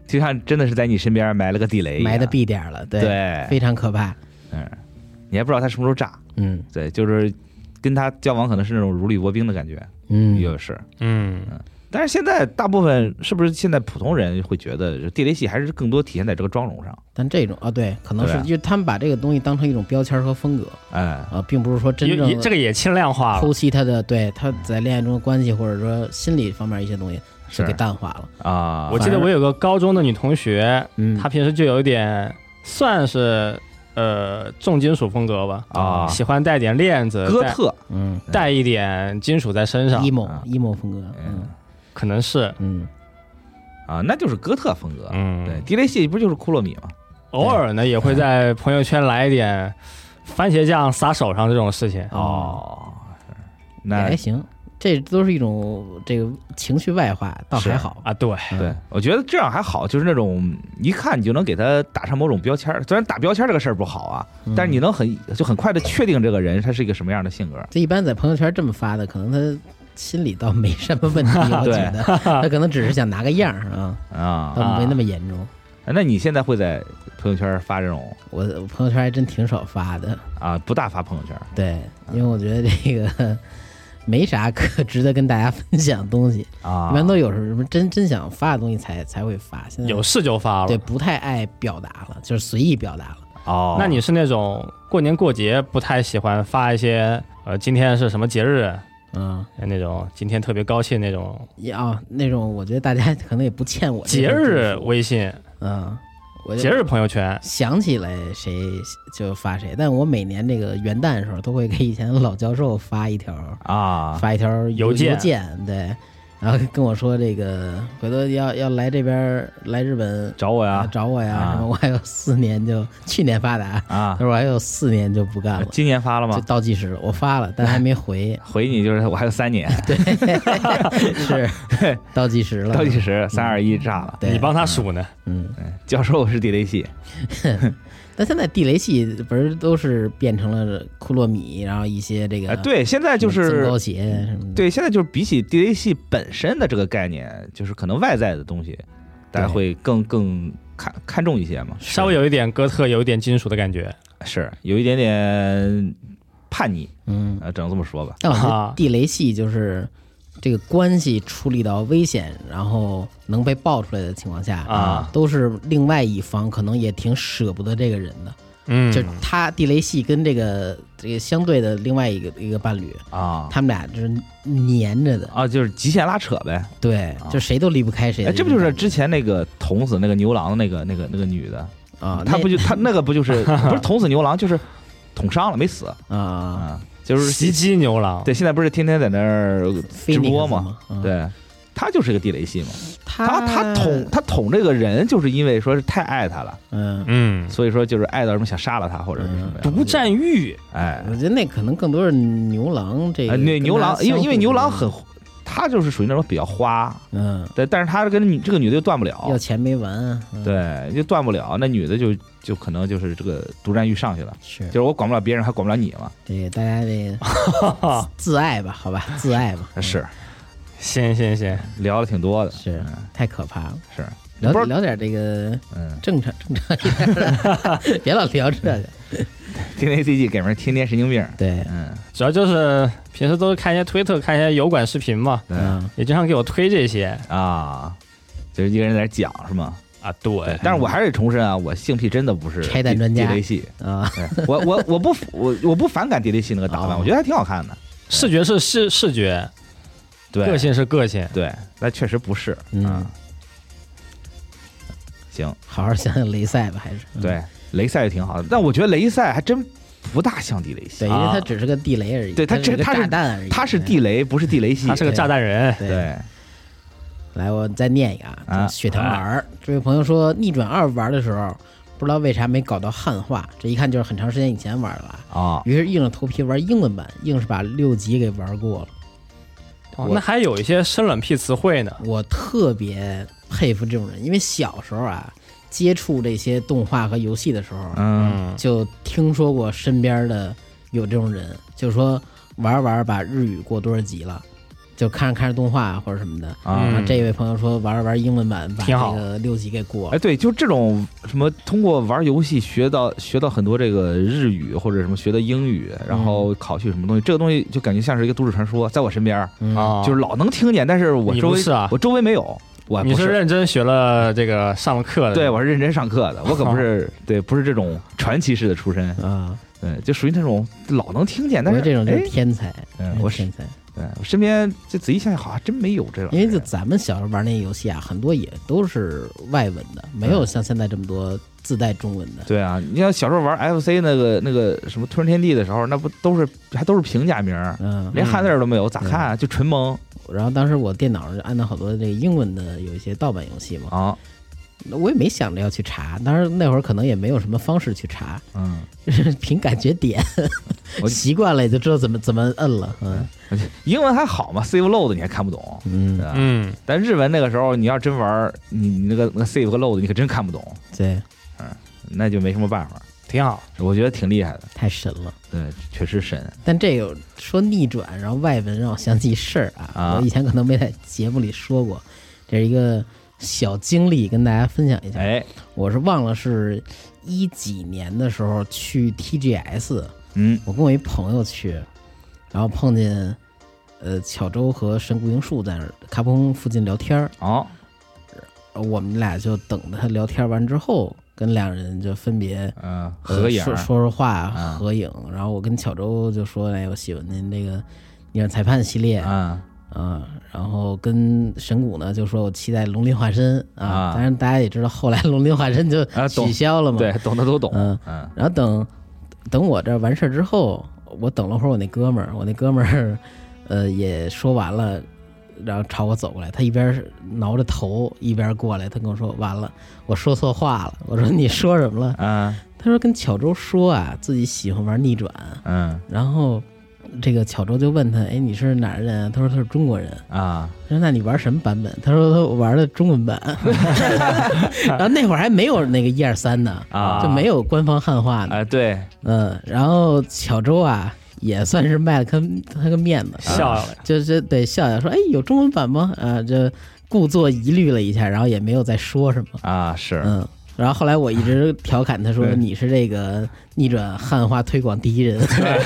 S3: 就像真的是在你身边埋了个地雷，
S1: 埋的必点了，对，非常可怕。
S3: 你还不知道他什么时候炸。对，就是跟他交往可能是那种如履薄冰的感觉。又是。但是现在大部分是不是现在普通人会觉得地雷系还是更多体现在这个妆容上？
S1: 但这种对，可能是因为他们把这个东西当成一种标签和风格，并不是说真正
S2: 这个也轻量化了，
S1: 剖析他的他在恋爱中的关系，或者说心理方面一些东西是给淡化了
S2: 啊。我记得我有个高中的女同学，她平时就有一点算是重金属风格吧，喜欢带点链子，
S3: 哥特，
S2: 带一点金属在身上
S1: ，emo 风格，
S2: 可能是，
S3: 那就是哥特风格，对，地雷系不就是库洛米吗？
S2: 偶尔呢也会在朋友圈来一点番茄酱撒手上这种事情，
S3: 那
S1: 也还行，这都是一种这个情绪外化，倒还好
S2: 啊。对，
S3: 我觉得这样还好，就是那种一看你就能给他打上某种标签，虽然打标签这个事儿不好啊，但是你能很快的确定这个人他是一个什么样的性格。
S1: 这一般在朋友圈这么发的，可能他心里倒没什么问题，我觉得他可能只是想拿个样倒没那么严重。
S3: 那你现在会在朋友圈发这种？
S1: 我朋友圈还真挺少发的
S3: 不大发朋友圈。
S1: 对，因为我觉得这个没啥可值得跟大家分享的东西一般都有什么真想发的东西才会发。现在
S2: 有事就发了，
S1: 对，不太爱表达了，就是随意表达了。
S2: 那你是那种过年过节不太喜欢发一些今天是什么节日？那种今天特别高兴那种
S1: 那种我觉得大家可能也不欠我
S2: 节日微信，节日朋友圈，
S1: 想起来谁就发谁。但我每年这个元旦的时候都会给以前老教授发一条邮件，对，然后跟我说这个回头要来这边来日本
S3: 找我呀，
S1: 什么我还有4年就去年发的他说我还有4年就不干了。
S3: 今年发了吗？
S1: 就倒计时我发了，但还没回
S3: 你就是我还有3年。
S1: 对，是倒计时了，
S3: 倒计时3、2、1炸了。
S2: 你帮他数呢？
S3: 教授是地雷系。
S1: 但现在地雷系不是都是变成了库洛米，然后一些这个
S3: 对，现在就是
S1: 增高鞋什么的。
S3: 对，现在就是比起地雷系本身的这个概念，就是可能外在的东西，大家会更看重一些嘛。
S2: 稍微有一点哥特，有一点金属的感觉，
S3: 是有一点点叛逆，只能这么说吧。
S1: 但我觉得地雷系就是这个关系处理到危险，然后能被爆出来的情况下都是另外一方可能也挺舍不得这个人的。就是他地雷系跟这个相对的另外一个伴侣他们俩就是黏着的
S3: 就是极限拉扯呗。
S1: 对，就谁都离不开谁。
S3: 这不就是之前那个捅死那个牛郎的那个女的他那个不就是不是捅死牛郎，就是捅伤了没死就是
S2: 袭击牛郎。
S3: 对，现在不是天天在那儿直播嘛？对，他就是个地雷系嘛。他捅这个人，就是因为说是太爱他了，所以说就是爱到什么想杀了他，或者是什么
S2: 独占欲。
S1: 我觉得那可能更多是牛郎这个。
S3: 牛郎，因为牛郎他就是属于那种比较花，对，但是他跟这个女的又断不了，
S1: 要钱没完，
S3: 对，就断不了。那女的就可能就是这个独占欲上去了，就是我管不了别人，还管不了你嘛。
S1: 对，大家这个自爱吧，好吧，自爱吧。
S3: 是，
S2: 行，
S3: 聊的挺多的，
S1: 是太可怕了。
S3: 是，
S1: 聊点这个正常一点的，别老聊这个。
S3: 天天 CG 给人天天神经病。
S1: 对，
S2: 主要就是平时都是看一些推特，看一些油管视频嘛，也经常给我推这些
S3: 就是一个人在那讲是吗？
S2: 对。
S3: 但是我还是重申我性癖真的不是
S1: 拆弹专家
S3: 地雷系我不反感地雷系那个打扮，我觉得还挺好看的。
S2: 视觉是视觉，
S3: 对，
S2: 个性是个性，
S3: 对，那确实不是行，
S1: 好好想想雷赛吧，还是
S3: 对。雷赛也挺好的，但我觉得雷赛还真不大像地雷系，
S1: 对，因为它只是个地雷而已。
S3: 对，它是炸
S1: 弹而已，
S3: 它是地雷，不是地雷系，
S2: 他是个炸弹人。
S1: 对，来，我再念一个血藤丸。这位朋友说，逆转2玩的时候，不知道为啥没搞到汉化，这一看就是很长时间以前玩了于是硬着头皮玩英文版，硬是把6级给玩过了。
S2: 那还有一些生冷僻词汇呢。
S1: 我特别佩服这种人，因为小时候接触这些动画和游戏的时候，就听说过身边的有这种人，就是说玩把日语过多少级了， 就看着动画或者什么的啊。这位朋友说玩英文版把这个6级给过。
S3: 哎，对，就这种什么通过玩游戏学到很多这个日语或者什么学的英语，然后考取什么东西，这个东西就感觉像是一个都市传说，在我身边就是老能听见，但是我周围没有。
S2: 你是认真学了这个上了课的？
S3: 对，我是认真上课的，我可不是不是这种传奇式的出身啊。对，就属于那种老能听见，但是
S1: 这种就是天才。
S3: 我
S1: 天才。
S3: 对，我身边就仔细想想，好像真没有这种。
S1: 因为就咱们小时候玩那些游戏啊，很多也都是外文的，没有像现在这么多自带中文的。
S3: 对啊，你像小时候玩 FC 那个什么突然天地的时候，那不还都是平假名，连汉字都没有，咋看啊？就纯蒙。然
S1: 后当时我电脑上就安到好多这个英文的有一些盗版游戏嘛。啊。我也没想着要去查，当然那会儿可能也没有什么方式去查，就是凭感觉点，我习惯了也就知道怎么摁了。
S3: 英文还好嘛 ，save load 你还看不懂，但日文那个时候你要真玩，你那个 save 和 load 你可真看不懂，
S1: 对，
S3: 那就没什么办法，
S2: 挺好，
S3: 我觉得挺厉害的，
S1: 太神了，
S3: 对，确实神。
S1: 但这个说逆转，然后外文让我想起事儿啊，我以前可能没在节目里说过，这是一个小经历跟大家分享一下。我是忘了是10几年的时候去 TGS， 我跟我一朋友去，然后碰见巧周和神谷英树在那儿卡普空附近聊天我们俩就等着他聊天完之后，跟2人就分别
S3: 合影，
S1: 说话合影。然后我跟巧周就说：“哎，我喜欢您这个逆转裁判系列然后跟神谷呢就说我期待龙鳞化身当然大家也知道后来龙鳞化身就取消了嘛，
S3: 对，懂的都懂。
S1: 然后等我这完事之后，我等了会儿我那哥们儿也说完了，然后朝我走过来，他一边挠着头一边过来，他跟我说完了，我说错话了。我说你说什么了？他说跟巧周说啊自己喜欢玩逆转，然后这个巧周就问他，哎，你是哪儿人啊？他说他是中国人啊。他说那你玩什么版本？他说他玩的中文版。然后那会儿还没有那个1、2、3呢就没有官方汉化呢。
S3: 对，
S1: 然后巧周啊也算是卖了他个面子，
S2: 笑了，
S1: 就是对笑笑说，哎，有中文版吗？这故作疑虑了一下，然后也没有再说什么
S3: 是
S1: 然后后来我一直调侃他说你是这个逆转汉化推广第一人。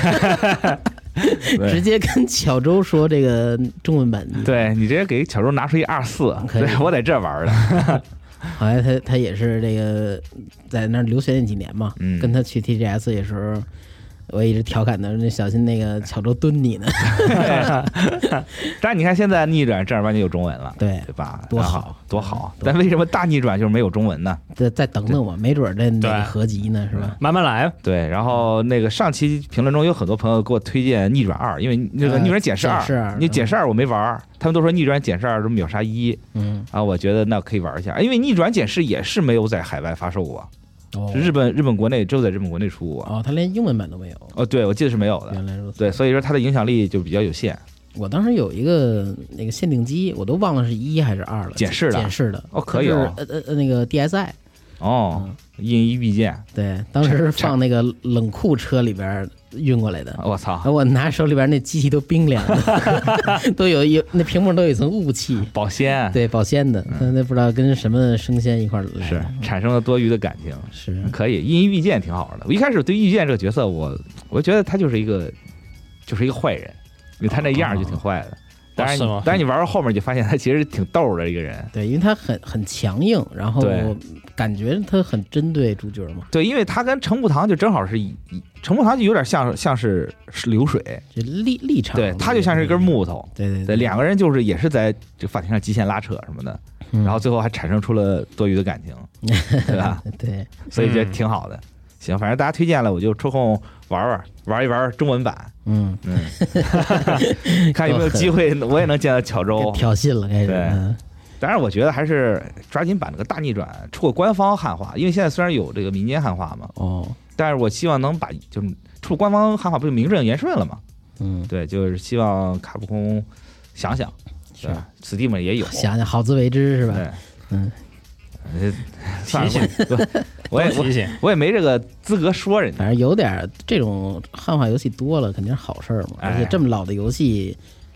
S1: 直接跟巧周说这个中文版，
S3: 对你直接给巧周拿出一24，对我在这玩的。
S1: 后来他也是这个在那儿留学那几年嘛，跟他去 TGS 也是，我一直调侃他，那小心那个巧周蹲你呢。
S3: 但是你看现在逆转正儿八经有中文了，
S1: 对
S3: 吧？
S1: 多好
S3: 多好！但为什么大逆转就是没有中文呢？
S1: 再等等我，没准这哪个合集呢，是吧？
S2: 慢慢来。
S3: 对，然后那个上期评论中有很多朋友给我推荐逆转2，因为那个逆转检视2，你检视2我没玩，他们都说逆转检视2是秒杀1，我觉得那可以玩一下，因为逆转检视也是没有在海外发售过。日本国内只有在日本国内出过
S1: 他连英文版都没有
S3: 对，我记得是没有的。
S1: 原来如此。
S3: 对，所以说它的影响力就比较有限。
S1: 我当时有一个那个限定机，我都忘了是1还是2了。
S3: 检视的可以
S1: 那个 DSi
S3: 印一必见。
S1: 对，当时放那个冷库车里边运过来的。
S3: 我操！
S1: 我拿手里边那机器都冰凉的，都有那屏幕都有一层雾气，
S3: 保鲜。
S1: 对，保鲜的。那不知道跟什么生鲜一块来，
S3: 是产生了多余的感情。
S1: 是
S3: 可以，印一必见挺好的。我一开始对玉见这个角色，我觉得他就是一个坏人，因为他那样就挺坏的。当然你玩到后面就发现他其实挺逗的一个人。
S1: 对，因为他很强硬，然后感觉他很针对主角嘛。
S3: 对，因为他跟程步堂就正好是程步堂就有点像是流水，
S1: 就立场。
S3: 对，他就像是一根木头。
S1: 对，
S3: 两个人就是也是在这法庭上极限拉扯什么的，然后最后还产生出了多余的感情，对吧？
S1: 对，
S3: 所以觉得挺好的。行，反正大家推荐了，我就抽空玩一玩中文版。看有没有机会我也能见到巧周。
S1: 挑衅了，开始。
S3: 对，当然我觉得还是抓紧把那个大逆转出个官方汉化，因为现在虽然有这个民间汉化嘛，但是我希望能把就是出官方汉化，不就名正言顺了吗？对，就是希望卡普空想想，对吧？Steam 也有，
S1: 想想好自为之是吧？
S3: 对，提醒，我也没这个资格说人家。
S1: 反正有点这种汉化游戏多了，肯定是好事嘛。而且这么老的游戏，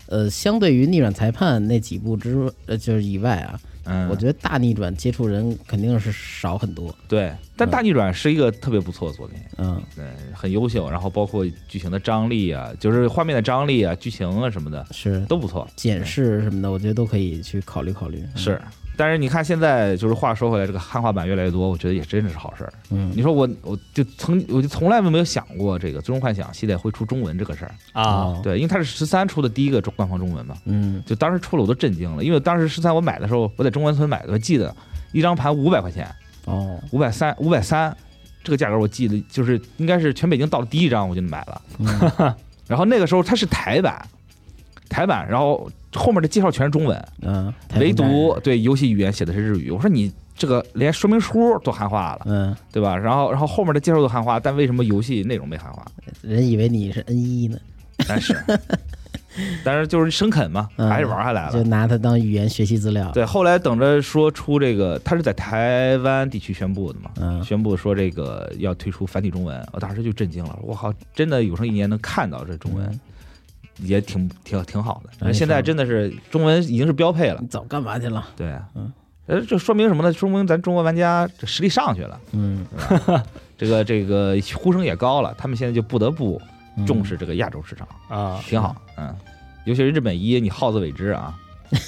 S1: 相对于逆转裁判那几部就是以外啊。我觉得大逆转接触人肯定是少很多。
S3: 对，但大逆转是一个特别不错的作品。对，很优秀。然后包括剧情的张力啊，就是画面的张力啊，剧情啊什么的，
S1: 是
S3: 都不错。
S1: 检视什么的，我觉得都可以去考虑考虑。
S3: 是，但是你看现在就是话说回来，这个汉化版越来越多，我觉得也真的是好事儿。你说我就从来没有想过这个《最终幻想》系列会出中文这个事儿
S2: 啊。
S3: 对，因为它是13出的第一个官方中文嘛。就当时出了我都震惊了，因为当时13我买的时候，我在中关村买的，我记得一张盘500块钱。530，这个价格我记得就是应该是全北京到了第一张我就买了。然后那个时候它是台版，然后后面的介绍全是中文，唯独对游戏语言写的是日语。我说你这个连说明书都汉化了，对吧？然后后面的介绍都汉化，但为什么游戏内容没汉化？
S1: 人以为你是 N1 呢。
S3: 但是就是生啃嘛，还是玩下来了，
S1: 就拿它当语言学习资料。
S3: 对，后来等着说出这个，他是在台湾地区宣布的嘛，宣布说这个要推出繁体中文，我当时就震惊了，我靠，真的有生一年能看到这中文，也挺好的。现在真的是中文已经是标配了。
S1: 你早干嘛去了？
S3: 对，这说明什么呢？说明咱中国玩家这实力上去了，对吧？这个呼声也高了，他们现在就不得不重视这个亚洲市场
S2: 啊，
S3: 挺好，尤其是日本一，你好自为之啊。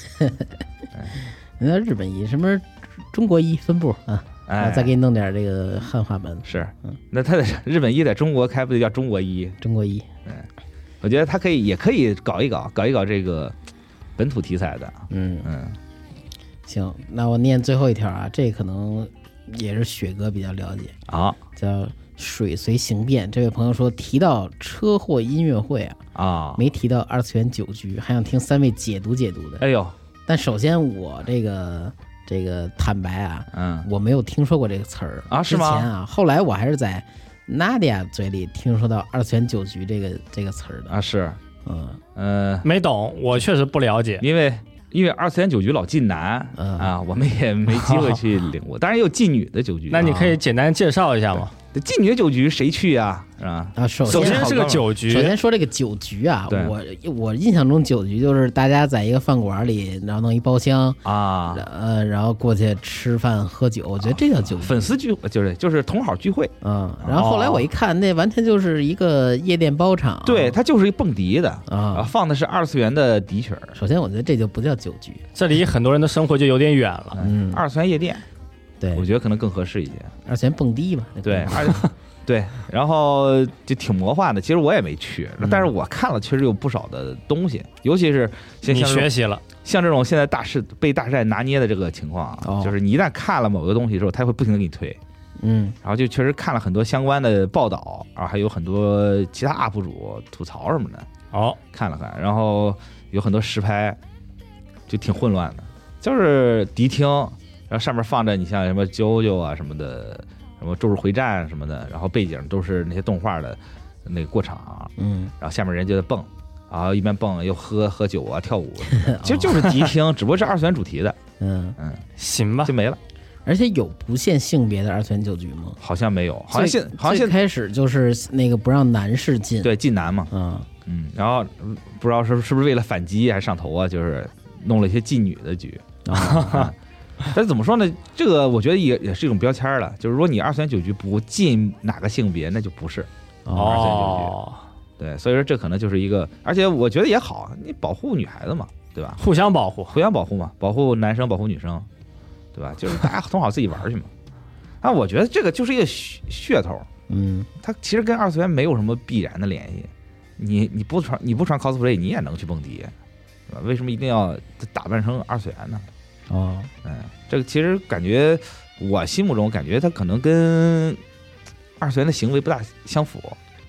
S1: 那日本一什么中国一分部啊，再给你弄点这个汉化版。
S3: 是，那他的日本一在中国开不就叫中国一？
S1: 中国一，
S3: 我觉得他也可以搞一搞这个本土题材的。
S1: 行，那我念最后一条啊，这可能也是雪哥比较了解
S3: 啊，
S1: 叫水随形变。这位朋友说提到车祸音乐会没提到二次元酒局，还想听3位解读的。
S3: 哎呦，
S1: 但首先我这个坦白我没有听说过这个词儿
S3: 啊，是吗？
S1: 之前后来我还是在Nadia 嘴里听说到二次元酒局这个词儿的
S3: 啊，是，
S2: 没懂，我确实不了解，
S3: 因为二次元酒局老进男我们也没机会去领悟。当然也有妓女的酒局，
S2: 那你可以简单介绍一下吗？
S3: 妓女的酒局谁去呀？是吧？
S1: 首
S2: 先是个酒局。
S1: 首先说这个酒局我印象中酒局就是大家在一个饭馆里，然后弄一包厢然后过去吃饭喝酒，我觉得这叫酒局。
S3: 粉丝聚会就是同好聚会。
S1: 然后后来我一看，那完全就是一个夜店包场。
S3: 对，它就是一蹦迪的放的是二次元的迪曲。
S1: 首先我觉得这就不叫酒局，
S2: 这离很多人的生活就有点远了。
S3: 二次元夜店。
S1: 对，
S3: 我觉得可能更合适一些。
S1: 二次元蹦迪吧，
S3: 对，然后就挺魔幻的。其实我也没去，但是我看了，确实有不少的东西，尤其是
S2: 你学习了，
S3: 像这种现在被大时代拿捏的这个情况就是你一旦看了某个东西之后，他会不停的给你推，然后就确实看了很多相关的报道，然后还有很多其他 UP 主吐槽什么的，看了看，然后有很多实拍，就挺混乱的，就是迪厅。然后上面放着你像什么JoJo啊什么的，什么咒术回战什么的，然后背景都是那些动画的那个过场，然后下面人就在蹦，然后一边蹦又喝酒啊跳舞，其实就是迪厅，只不过是二次元主题的，
S2: 行吧，
S3: 就没了。
S1: 而且有不限性别的二次元酒局吗？
S3: 好像没有，好像
S1: 最开始就是那个不让男士进，
S3: 对，禁男嘛，然后不知道是不是为了反击还是上头啊，就是弄了一些妓女的局。但是怎么说呢？这个我觉得也是一种标签了，就是说你二次元酒局不禁哪个性别，那就不是二次元酒局。对，所以说这可能就是一个，而且我觉得也好，你保护女孩子嘛，对吧？
S2: 互相保护
S3: 嘛，保护男生，保护女生，对吧？就是大家同好自己玩去嘛。我觉得这个就是一个噱头，它其实跟二次元没有什么必然的联系。你不穿 cosplay， 你也能去蹦迪，对吧？为什么一定要打扮成二次元呢？这个其实感觉我心目中感觉它可能跟二次元的行为不大相符。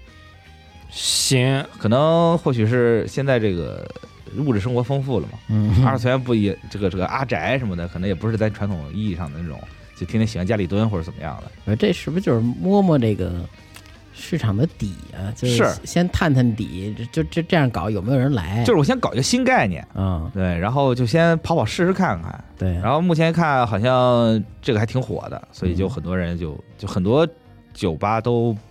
S2: 行，
S3: 可能或许是现在这个物质生活丰富了嘛，二次元不也这个阿宅什么的，可能也不是在传统意义上的那种，就天天喜欢家里蹲或者怎么样的。
S1: 这是不是就是摸这个市场的底啊？就是先探底，就这样搞有没有人来？
S3: 就是我先搞一个新概念，对，然后就先跑试试看看，
S1: 对。
S3: 然后目前看好像这个还挺火的，所以就很多人就很多酒吧都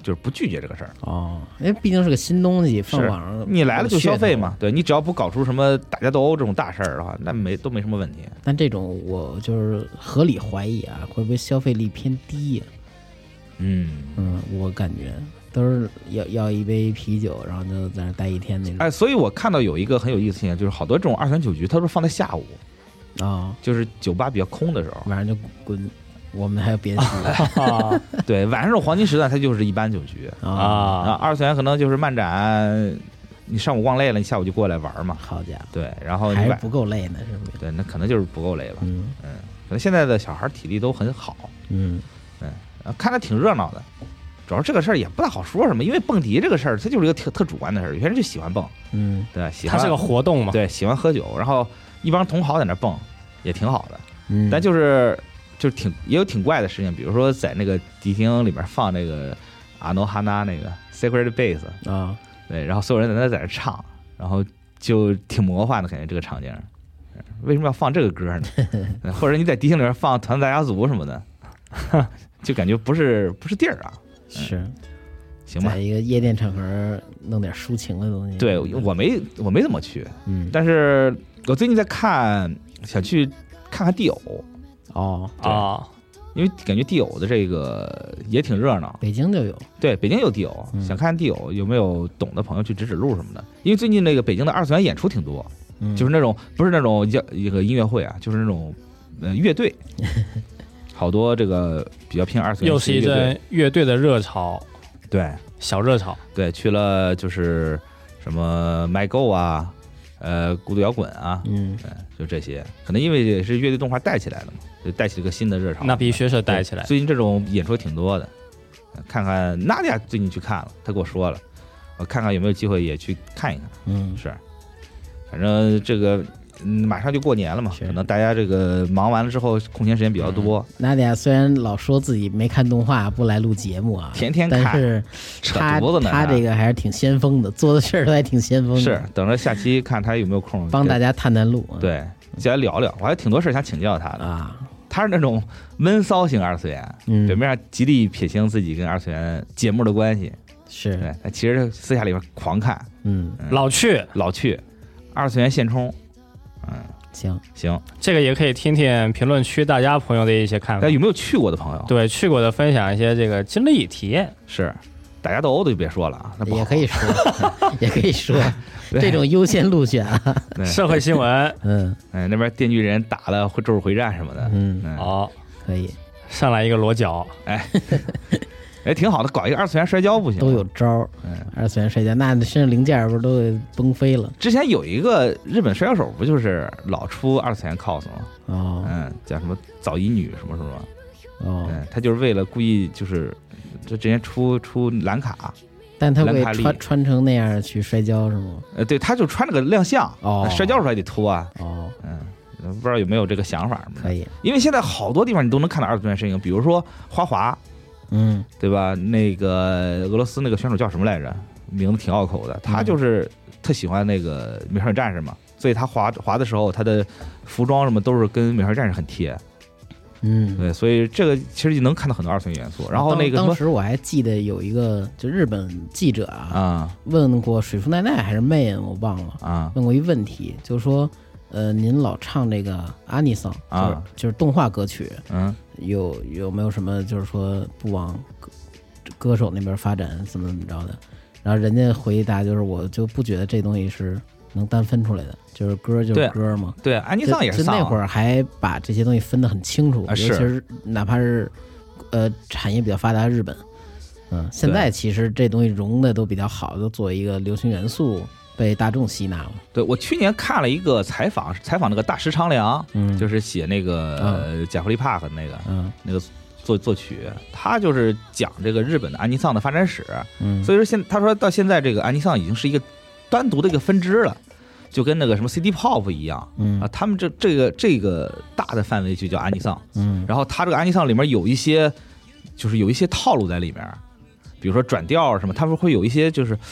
S3: 就是不拒绝这个事儿。
S1: 哦，因为毕竟是个新东西，放网上
S3: 你来了就消费嘛，对你只要不搞出什么打架斗殴这种大事儿的话，那都没什么问题。
S1: 但这种我就是合理怀疑啊，会不会消费力偏低呀？我感觉都是要一杯啤酒，然后就在那待一天那种。
S3: 哎，所以我看到有一个很有意思的现象，就是好多这种二次元酒局，它都是放在下午就是酒吧比较空的时候，
S1: 晚上就滚。我们还有别的局
S3: 对，晚上这种黄金时段，它就是一般酒局二次元可能就是漫展，你上午逛累了，你下午就过来玩嘛。
S1: 好家伙，
S3: 对，然后
S1: 还是不够累呢，是不是？
S3: 对，那可能就是不够累吧。可能现在的小孩体力都很好。看着挺热闹的。主要这个事儿也不大好说什么，因为蹦迪这个事儿，它就是一个特主观的事儿。有些人就喜欢蹦，对，喜欢
S2: 它是个活动嘛，
S3: 对，喜欢喝酒，然后一帮同好在那蹦，也挺好的。但就是也有挺怪的事情，比如说在那个迪厅里面放那个阿诺哈娜那个 Sacred Bass 对，然后所有人在那唱，然后就挺魔幻的感觉这个场景。为什么要放这个歌呢？或者你在迪厅里面放团大家族什么的，就感觉不是地儿啊。
S1: 是，
S3: 行吧，
S1: 在一个夜店场合弄点抒情的东西。
S3: 对，我没怎么去，但是我最近在想去看看地偶。因为感觉地偶的这个也挺热闹，
S1: 北京就有。对，
S3: 北京有地偶，想看地偶有没有懂的朋友去指路什么的。因为最近那个北京的二次元演出挺多，就是那种不是那种一个音乐会啊，就是那种乐队。好多这个比较偏二次元，
S2: 又是一阵乐队的热潮，
S3: 对，
S2: 小热潮，
S3: 对，去了就是什么MyGo啊，孤独摇滚啊，就这些，可能因为也是乐队动画带起来的嘛，就带起了个新的热潮。
S2: 那必须是带起来。
S3: 最近这种演出挺多的，看看娜迪亚最近去看了，他跟我说了，我看看有没有机会也去看一看。是，反正这个。马上就过年了嘛，可能大家这个忙完了之后，空闲时间比较多。
S1: 娜迪亚虽然老说自己没看动画，不来录节目啊，
S3: 天天看，
S1: 但是他这个还是挺先锋的，做的事儿都还挺先锋的。
S3: 是，等着下期看他有没有空，
S1: 帮大家探路。
S3: 对，再来聊聊，我还有挺多事想请教他的啊。他是那种闷骚型二次元，表面上极力撇清自己跟二次元节目的关系，
S1: 是
S3: 对，他其实私下里边狂看，
S2: 老去，
S3: 二次元现充。行，
S2: 这个也可以听听评论区大家朋友的一些看法。
S3: 有没有去过的朋友？
S2: 对，去过的分享一些这个经历体验。
S3: 是，打架斗殴的就别说了啊，那不好
S1: 也可以说，也可以说，这种优先路选啊。
S2: 社会新闻，
S3: 那边电锯人打了咒术回战什么的，
S1: 可以
S2: 上来一个裸脚，
S3: 挺好的，搞一个二次元摔跤不行？
S1: 都有招二次元摔跤，那身上零件不是都给崩飞了？
S3: 之前有一个日本摔跤手，不就是老出二次元 cos 吗？叫什么早乙女什么什么？他就是为了故意就是之前出蓝卡，
S1: 但他会穿成那样去摔跤是吗？
S3: 对，他就穿了个亮相，摔跤时候还得脱啊。不知道有没有这个想法？
S1: 可以，
S3: 因为现在好多地方你都能看到二次元身影，比如说花滑。对吧？那个俄罗斯那个选手叫什么来着？名字挺拗口的。他就是特喜欢那个美少女战士嘛，所以他滑的时候，他的服装什么都是跟美少女战士很贴。对，所以这个其实能看到很多二次元元素。然后那个
S1: 当时我还记得有一个就日本记者问过水树奈奈还是妹恩，我忘了问过一问题，就是说您老唱这个阿尼桑就是动画歌曲，有没有什么就是说不往歌手那边发展怎么着的？然后人家回答就是我就不觉得这东西是能单分出来的，就是歌就是歌嘛。
S3: 对，安妮桑也是
S1: 丧。那会儿还把这些东西分得很清楚，尤其是哪怕是产业比较发达的日本，现在其实这东西融的都比较好，都作为一个流行元素被大众吸纳了。
S3: 对，我去年看了一个采访那个大石长良，就是写那个贾弗利帕克那个作曲，他就是讲这个日本的安妮桑的发展史。所以说他说到现在这个安妮桑已经是一个单独的一个分支了，就跟那个什么 City Pop 一样。他们这个大的范围就叫安妮桑。然后他这个安妮桑里面有一些就是有一些套路在里面，比如说转调什么，他们会有一些就是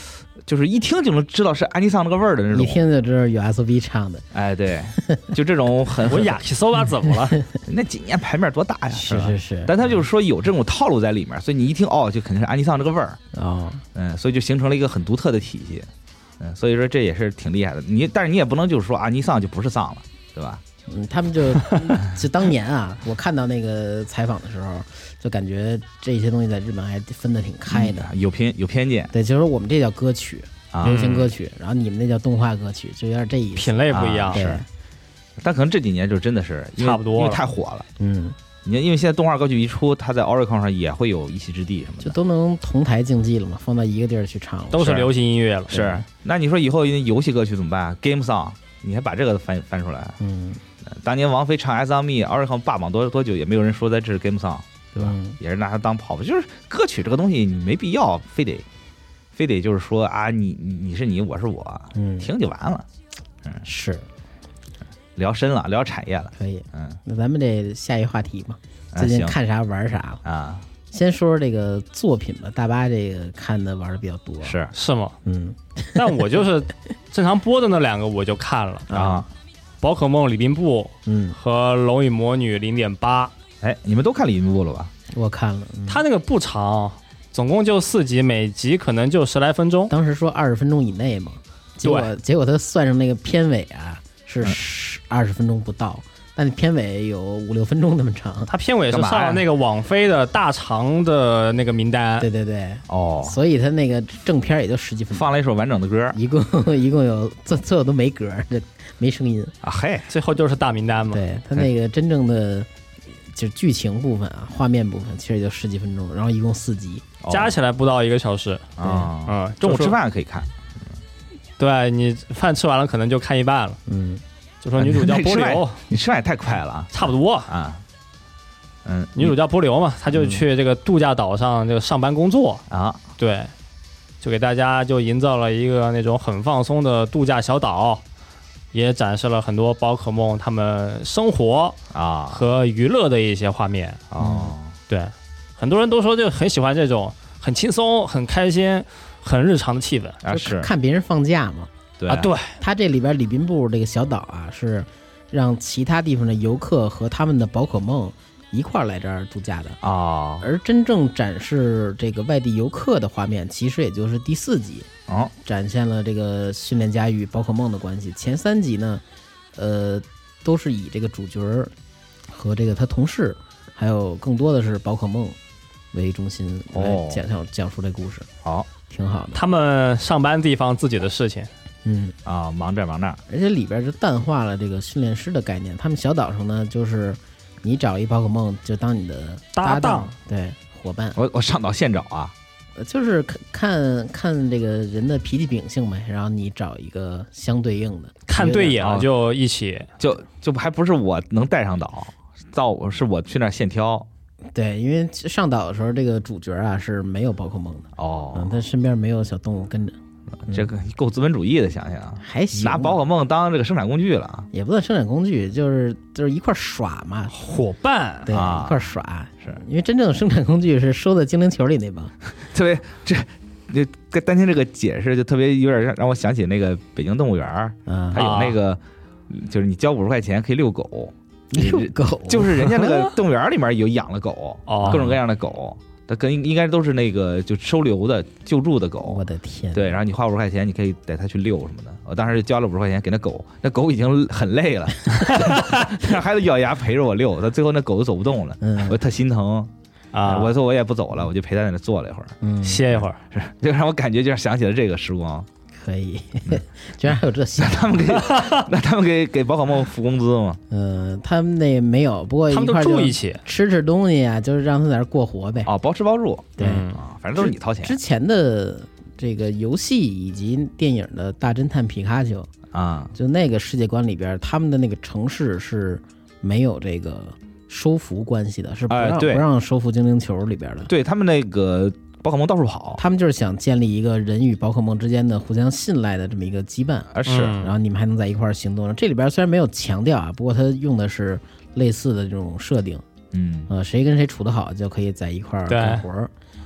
S3: 就是一听就能知道是安妮桑那个味儿的那种，
S1: 一听就知道有 SOB 唱的。
S3: 哎，对，就这种很
S2: 我雅基索吧怎么了？
S3: 那几年牌面多大呀？
S1: 是，
S3: 但他就是说有这种套路在里面，所以你一听哦，就肯定是安妮桑这个味儿
S1: 哦，
S3: 所以就形成了一个很独特的体系，所以说这也是挺厉害的。但是你也不能就是说安妮桑就不是桑了，对吧？
S1: 他们就当年啊，我看到那个采访的时候，就感觉这些东西在日本还分得挺开的，
S3: 有偏见。
S1: 对，就是我们这叫歌曲，流行歌曲，然后你们那叫动画歌曲，就有点这意思，
S2: 品类不一样。
S1: 对，
S3: 但可能这几年就真的是
S2: 差不多，
S3: 因为太火了。你看，因为现在动画歌曲一出，它在 Oricon 上也会有一席之地什么的，
S1: 就都能同台竞技了嘛，放到一个地儿去唱了，
S2: 都是流行音乐了。
S3: 是，那你说以后游戏歌曲怎么办 ？Game Song， 你还把这个翻出来？当年王菲唱 As On Me，Oricon 霸榜多久也没有人说在这是 Game Song， 对吧？也是拿它当跑，就是歌曲这个东西，你没必要非得就是说啊，你是你，我是我，听就完了。
S1: 是。
S3: 聊深了，聊产业了，
S1: 可以。那咱们这下一话题嘛，最近看啥玩啥
S3: 啊？
S1: 先说说这个作品吧，大巴这个看的玩的比较多，
S2: 是吗？但我就是正常播的那两个我就看了
S3: 啊。
S2: 宝可梦里宾部，和龙与魔女0.8。
S3: 哎，你们都看里宾部了吧？
S1: 我看了，
S2: 它那个不长，总共就4集，每集可能就10来分钟。
S1: 当时说20分钟以内嘛，结果他算上那个片尾啊，是20分钟不到，但你片尾有5-6分钟那么长。
S2: 它片尾是上了那个网飞的大长的那个名单。
S1: 对，所以他那个正片也就10几分钟，
S3: 放了一首完整的歌，
S1: 一共有最后都没歌，没声音
S3: 啊，嘿，
S2: 最后就是大名单嘛。
S1: 对，他那个真正的就是剧情部分啊，画面部分其实也就10几分钟，然后一共4集，
S2: 加起来不到1个小时
S3: 啊。中午吃饭可以看，
S2: 对，你饭吃完了可能就看一半了。就说女主叫波流，
S3: 你吃饭也太快了，
S2: 差不多
S3: 啊。
S2: 女主叫波流嘛，她就去这个度假岛上这个上班工作
S3: 啊，
S2: 对，就给大家就营造了一个那种很放松的度假小岛。也展示了很多宝可梦他们生活
S3: 啊
S2: 和娱乐的一些画面对，很多人都说就很喜欢这种很轻松、很开心、很日常的气氛
S3: 啊，是
S1: 看别人放假嘛？
S3: 对
S2: 啊，对，
S1: 他这里边礼宾部这个小岛啊，是让其他地方的游客和他们的宝可梦一块来这儿度假的
S3: 啊，
S1: 而真正展示这个外地游客的画面，其实也就是第4集。展现了这个训练家与宝可梦的关系。前3集呢，都是以这个主角和这个他同事，还有更多的是宝可梦为中心来讲述这故事。
S3: 好，
S1: 挺好的。
S2: 他们上班地方自己的事情，
S3: 忙这忙那，
S1: 而且里边就淡化了这个训练师的概念。他们小岛上呢，就是你找一宝可梦就当你的搭档，对，伙伴。
S3: 我上岛现找啊。
S1: 就是看这个人的脾气秉性呗，然后你找一个相对应的，
S2: 看对眼了就一起，
S3: 就还不是我能带上岛，是我去那儿现挑。
S1: 对，因为上岛的时候，这个主角啊是没有宝可梦的他身边没有小动物跟着。
S3: 这个够资本主义的，想想
S1: 还行，
S3: 拿宝可梦当这个生产工具了，
S1: 也不算生产工具，就是一块耍嘛，
S2: 伙伴，
S1: 对，一块耍，是因为真正的生产工具是收在精灵球里那帮。
S3: 特别这单听这个解释就特别有点让我想起那个北京动物园还有那个就是你交50块钱可以遛狗，就是人家那个动物园里面有养了狗，各种各样的狗。它应该都是那个就收留的救助的狗，
S1: 我的天！
S3: 对，然后你花50块钱，你可以带它去遛什么的。我当时交了50块钱给那狗，那狗已经很累了，还得咬牙陪着我遛，它最后那狗都走不动了，我特心疼啊！我说我也不走了，我就陪它在那坐了一会儿，
S2: 歇一会儿，
S3: 就让我感觉就是想起了这个时光。
S1: 可以，居然还有这想
S3: 法！那他们给宝可梦付工资吗？
S1: 他们那没有，不过
S2: 他们都住一起，
S1: 吃东西啊，就是让他在那过活呗。
S3: 包吃包住，
S1: 对
S3: 反正都是你掏钱。
S1: 之前的这个游戏以及电影的大侦探皮卡丘就那个世界观里边，他们的那个城市是没有这个收服关系的，是不让收服精灵球里边的。
S3: 对他们那个。宝可梦到处跑，
S1: 他们就是想建立一个人与宝可梦之间的互相信赖的这么一个羁绊
S3: 是，
S1: 然后你们还能在一块儿行动。这里边虽然没有强调啊，不过它用的是类似的这种设定，谁跟谁处得好就可以在一块儿干活。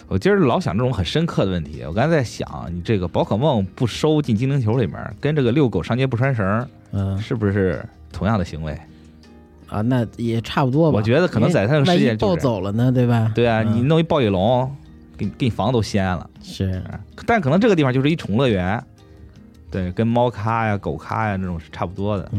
S3: 我今儿老想这种很深刻的问题。我刚才在想，你这个宝可梦不收进精灵球里面，跟这个遛狗上街不拴绳，是不是同样的行为
S1: 啊？那也差不多吧。
S3: 我觉得可能在他的世界
S1: 抱走了呢，对吧？
S3: 对啊，你弄一暴雨龙，给你房都掀了。
S1: 是，
S3: 但可能这个地方就是一宠物乐园，对，跟猫咖呀、狗咖呀那种是差不多的。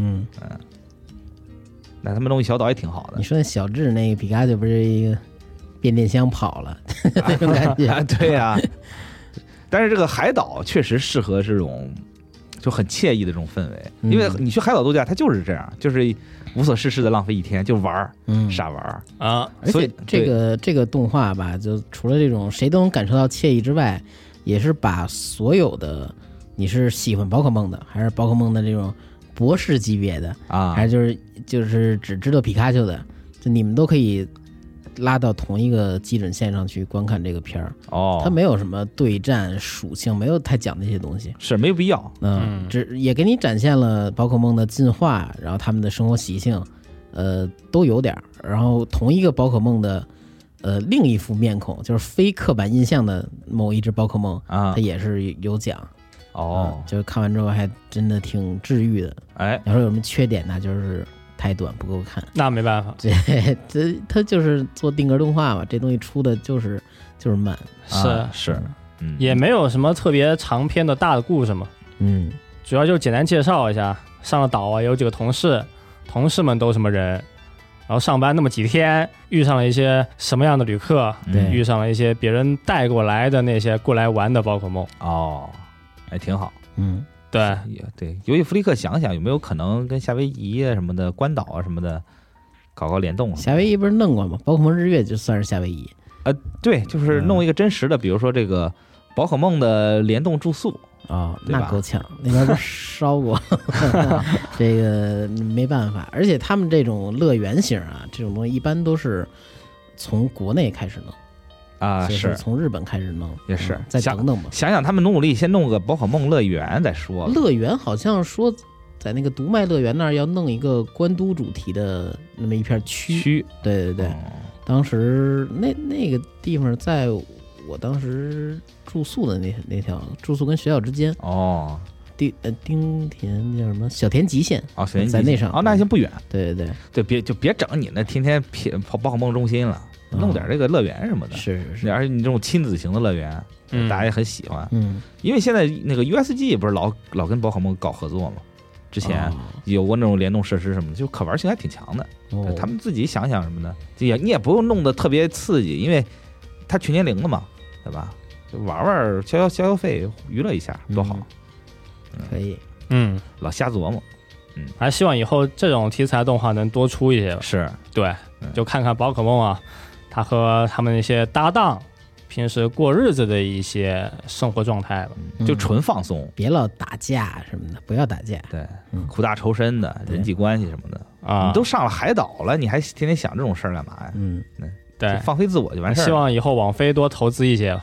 S3: 那他们弄一小岛也挺好的。
S1: 你说小智那个皮卡丘不是一个变电箱跑了那种感觉？
S3: 对呀。但是这个海岛确实适合这种就很惬意的这种氛围，因为你去海岛度假，它就是这样，就是无所事事的浪费一天，就玩傻玩
S2: 啊。
S1: 所以这个动画吧，就除了这种谁都能感受到惬意之外，也是把所有的你是喜欢宝可梦的，还是宝可梦的这种博士级别的啊，还是就是只知道皮卡丘的，就你们都可以拉到同一个基准线上去观看这个片儿。它没有什么对战属性，没有太讲那些东西，
S3: 是没有必要。
S1: 只也给你展现了宝可梦的进化，然后他们的生活习性，都有点。然后同一个宝可梦的另一副面孔，就是非刻板印象的某一只宝可梦啊，它也是有讲。就是看完之后还真的挺治愈的。你说有什么缺点呢？就是太短不够看，
S2: 那没办法。
S1: 对，它就是做定格动画嘛，这东西出的就是慢，
S3: 是，
S2: 也没有什么特别长篇的大的故事嘛。主要就简单介绍一下，上了岛啊，有几个同事们都什么人，然后上班那么几天，遇上了一些什么样的旅客，遇上了一些别人带过来的那些过来玩的宝可梦。
S3: 还挺好。
S2: 对，
S3: 游戏弗利克想想有没有可能跟夏威夷什么的、关岛啊什么的搞联动？
S1: 夏威夷不是弄过吗？宝可梦日月就算是夏威夷。
S3: 对，就是弄一个真实的，比如说这个宝可梦的联动住宿
S1: 那够呛，那边不烧过，这个没办法。而且他们这种乐园型啊，这种东西一般都是从国内开始弄。是从日本开始弄，
S3: 也是
S1: 再等等吧。
S3: 想想他们努力，先弄个宝可梦乐园再说。
S1: 乐园好像说在那个读卖乐园那儿要弄一个关都主题的那么一片区。对，当时那个地方在我当时住宿的那条住宿跟学校之间。丁田叫什么小田极限在那上。
S3: 那行不远。
S1: 对，
S3: 别整你那天天跑宝可梦中心了。弄点这个乐园什么的，
S1: 是，
S3: 而且你这种亲子型的乐园，大家也很喜欢。因为现在那个 USG 也不是老跟宝可梦搞合作嘛，之前有过那种联动设施什么的，就可玩性还挺强的。他们自己想想什么的，你也不用弄得特别刺激，因为它全年龄的嘛，对吧？就玩消费娱乐一下多好。
S1: 可以。
S3: 老瞎琢磨。
S2: 还希望以后这种题材动画能多出一些吧。
S3: 是，
S2: 对，就看看宝可梦啊。他和他们那些搭档平时过日子的一些生活状态了，
S3: 就纯放松，
S1: 别老打架什么的，不要打架。
S3: 对，苦大仇深的人际关系什么的你都上了海岛了，你还天天想这种事儿干嘛呀？
S2: 对，
S3: 放飞自我就完事儿。
S2: 希望以后网飞多投资一些吧。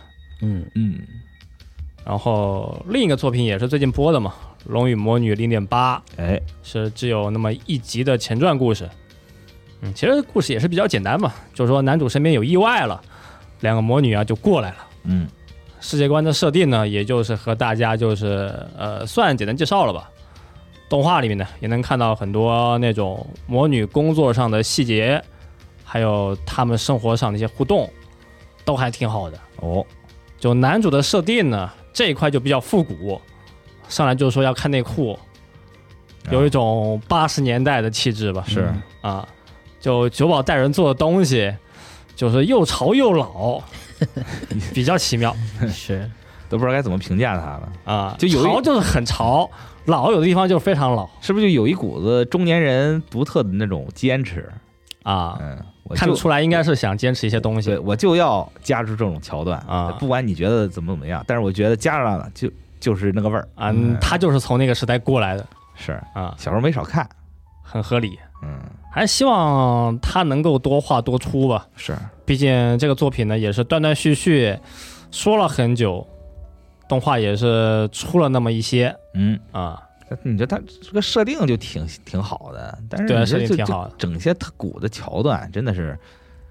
S2: 然后另一个作品也是最近播的嘛，《龙与魔女 0.8》，是只有那么一集的前传故事。其实故事也是比较简单嘛，就是说男主身边有意外了，两个魔女啊就过来了。世界观的设定呢，也就是和大家就是算简单介绍了吧。动画里面呢，也能看到很多那种魔女工作上的细节，还有他们生活上的一些互动，都还挺好的。就男主的设定呢，这一块就比较复古，上来就是说要看内裤，有一种80年代的气质吧。
S3: 是
S2: 就久保带人做的东西，就是又潮又老，比较奇妙。
S1: 是，
S3: 都不知道该怎么评价它了
S2: 就潮就是很潮，老有的地方就非常老，
S3: 是不是就有一股子中年人独特的那种坚持
S2: 看得出来应该是想坚持一些东西。
S3: 对，我就要加入这种桥段不管你觉得怎么样，但是我觉得加上了就是那个味儿
S2: 他就是从那个时代过来的。
S3: 是小时候没少看，
S2: 很合理。还希望他能够多画多出吧。
S3: 是，
S2: 毕竟这个作品呢也是断断续续说了很久，动画也是出了那么一些。
S3: 你觉得他这个设定就挺好的，但是
S2: 对设定挺好的，
S3: 整些特古的桥段真的是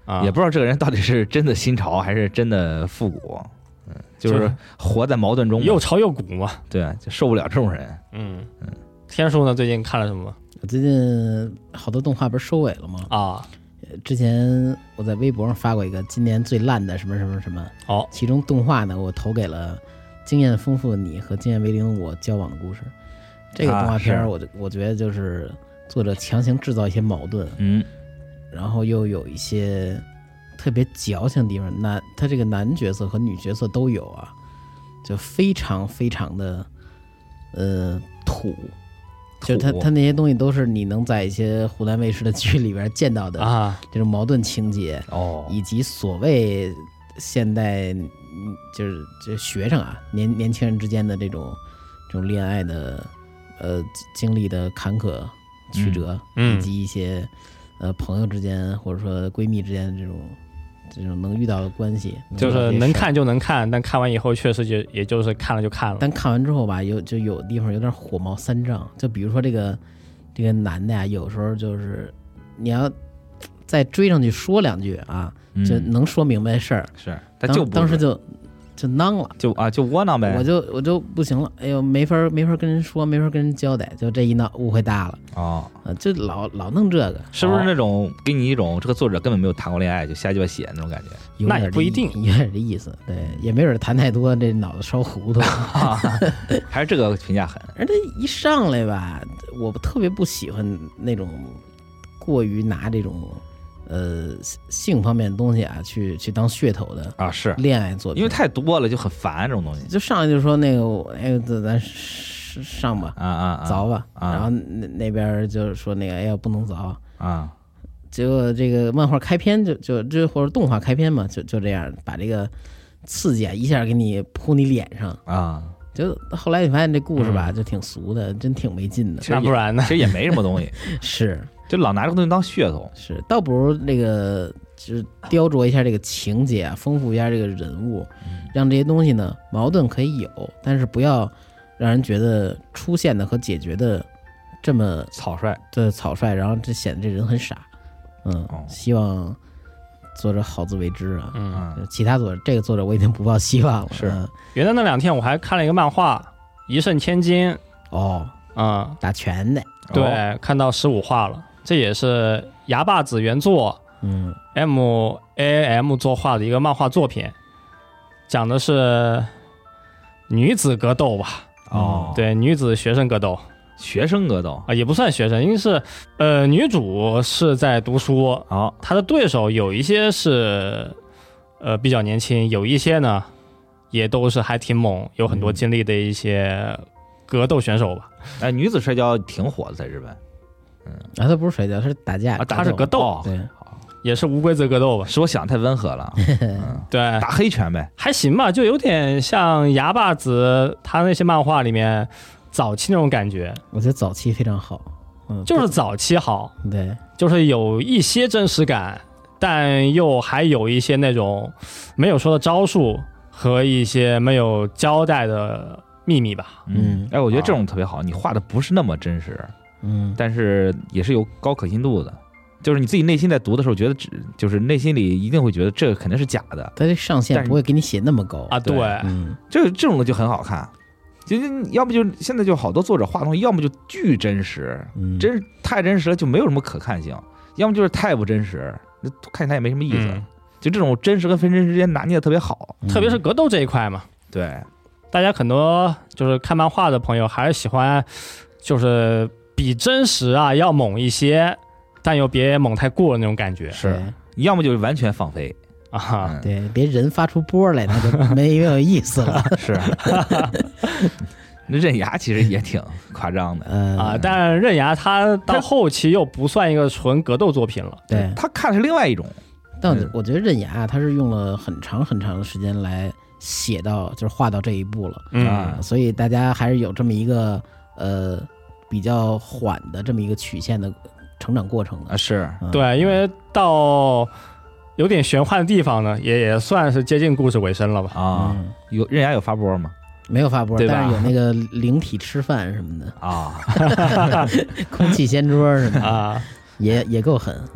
S3: 也不知道这个人到底是真的新潮还是真的复古，就是活在矛盾中，
S2: 又潮又古嘛。
S3: 对，就受不了这种人。
S2: 天叔呢，最近看了什么？
S1: 我最近好多动画不是收尾了吗？
S2: 啊，
S1: 之前我在微博上发过一个今年最烂的什么什么什么，其中动画呢，我投给了经验丰富的你和经验为零的我交往的故事。这个动画片我觉得就是作者强行制造一些矛盾，然后又有一些特别矫情的地方。那他这个男角色和女角色都有啊，就非常非常的土。就他那些东西都是你能在一些湖南卫视的剧里边见到的这种矛盾情节，以及所谓现代就学生啊年轻人之间的这种恋爱的经历的坎坷曲折，以及一些朋友之间或者说闺蜜之间的这种能遇到的关系，
S2: 就是能看就能看，但看完以后确实也就是看了就看了。
S1: 但看完之后吧，有地方有点火冒三丈。就比如说这个男的呀，有时候就是你要再追上去说两句啊，就能说明白事儿。
S3: 是，
S1: 当时就囊了，
S3: 就窝囊呗。
S1: 我就不行了，哎呦，没法跟人说，没法跟人交代，就这一闹误会大了。就老弄这个，
S3: 是不是那种给你一种这个作者根本没有谈过恋爱就瞎鸡巴写那种感觉？
S2: 那也不一定，
S1: 有点这意思。对，也没准谈太多，这脑子烧糊涂。
S3: 还是这个评价狠。
S1: 而这一上来吧，我特别不喜欢那种过于拿这种性方面的东西啊去当噱头的
S3: 是
S1: 恋爱作品，
S3: 因为太多了就很烦这种东西。
S1: 就上来就说那个咱上吧凿吧，然后那边就说那个哎呀不能凿结果这个漫画开篇就或者动画开篇嘛，就这样把这个刺激一下给你扑你脸上就后来你发现这故事吧就挺俗的，真挺没劲的。
S2: 那不然呢？
S3: 其实也没什么东西。
S1: 是。
S3: 就老拿这个东西当噱头，
S1: 是倒不如那个就是雕琢一下这个情节啊，丰富一下这个人物，让这些东西呢矛盾可以有，但是不要让人觉得出现的和解决的这么
S3: 草率，
S1: 对草率，然后这显得这人很傻。希望作者好自为之啊。其他作者这个作者我已经不抱希望了。
S3: 是
S2: 元旦那2天我还看了一个漫画《一胜千金》
S1: 打拳的，
S2: 对，看到15话了。这也是牙把子原作MAAM 作画的一个漫画作品，讲的是女子格斗吧。对，女子学生格斗。
S3: 学生格斗
S2: 也不算学生，因为是女主是在读书，她的对手有一些是比较年轻，有一些呢也都是还挺猛，有很多经历的一些格斗选手吧。
S3: 女子摔跤挺火的，在日本。
S1: 他不是摔跤，是打架，
S2: 他是格斗，
S1: 对，
S2: 也是无规则格斗吧。
S3: 是我想太温和了。
S2: 对，
S3: 打黑拳呗，
S2: 还行吧，就有点像牙把子他那些漫画里面早期那种感觉。
S1: 我觉得早期非常好，
S2: 就是早期好，
S1: 对，
S2: 就是有一些真实感，但又还有一些那种没有说的招数和一些没有交代的秘密吧。
S3: 我觉得这种特别好，你画的不是那么真实。但是也是有高可信度的，就是你自己内心在读的时候，觉得就是内心里一定会觉得这个肯定是假的，
S1: 但这上限不会给你写那么高
S2: 对，
S3: 这种的就很好看。就要不就现在就好多作者画东西，要么就巨真实，太真实了就没有什么可看性，要么就是太不真实，看起来也没什么意思。就这种真实跟非真实之间拿捏的特别好，
S2: 特别是格斗这一块嘛。
S3: 对，
S2: 大家很多就是看漫画的朋友还是喜欢就是比真实要猛一些，但又别猛太过的那种感觉。
S3: 是，要么就是完全放飞
S1: 对，别人发出波来，那就没有意思了。
S3: 是，那刃牙其实也挺夸张的
S2: 但刃牙他到后期又不算一个纯格斗作品了。
S1: 对，
S3: 他看是另外一种。
S1: 但我觉得刃牙他是用了很长很长的时间来写到，就是画到这一步了所以大家还是有这么一个比较缓的这么一个曲线的成长过程的。
S3: 是
S2: 对，因为到有点玄幻的地方呢，也算是接近故事尾声了吧。
S3: 有刃牙有发波吗？
S1: 没有发波，但是有那个灵体吃饭什么的空气掀桌什么的也够狠。
S3: 对，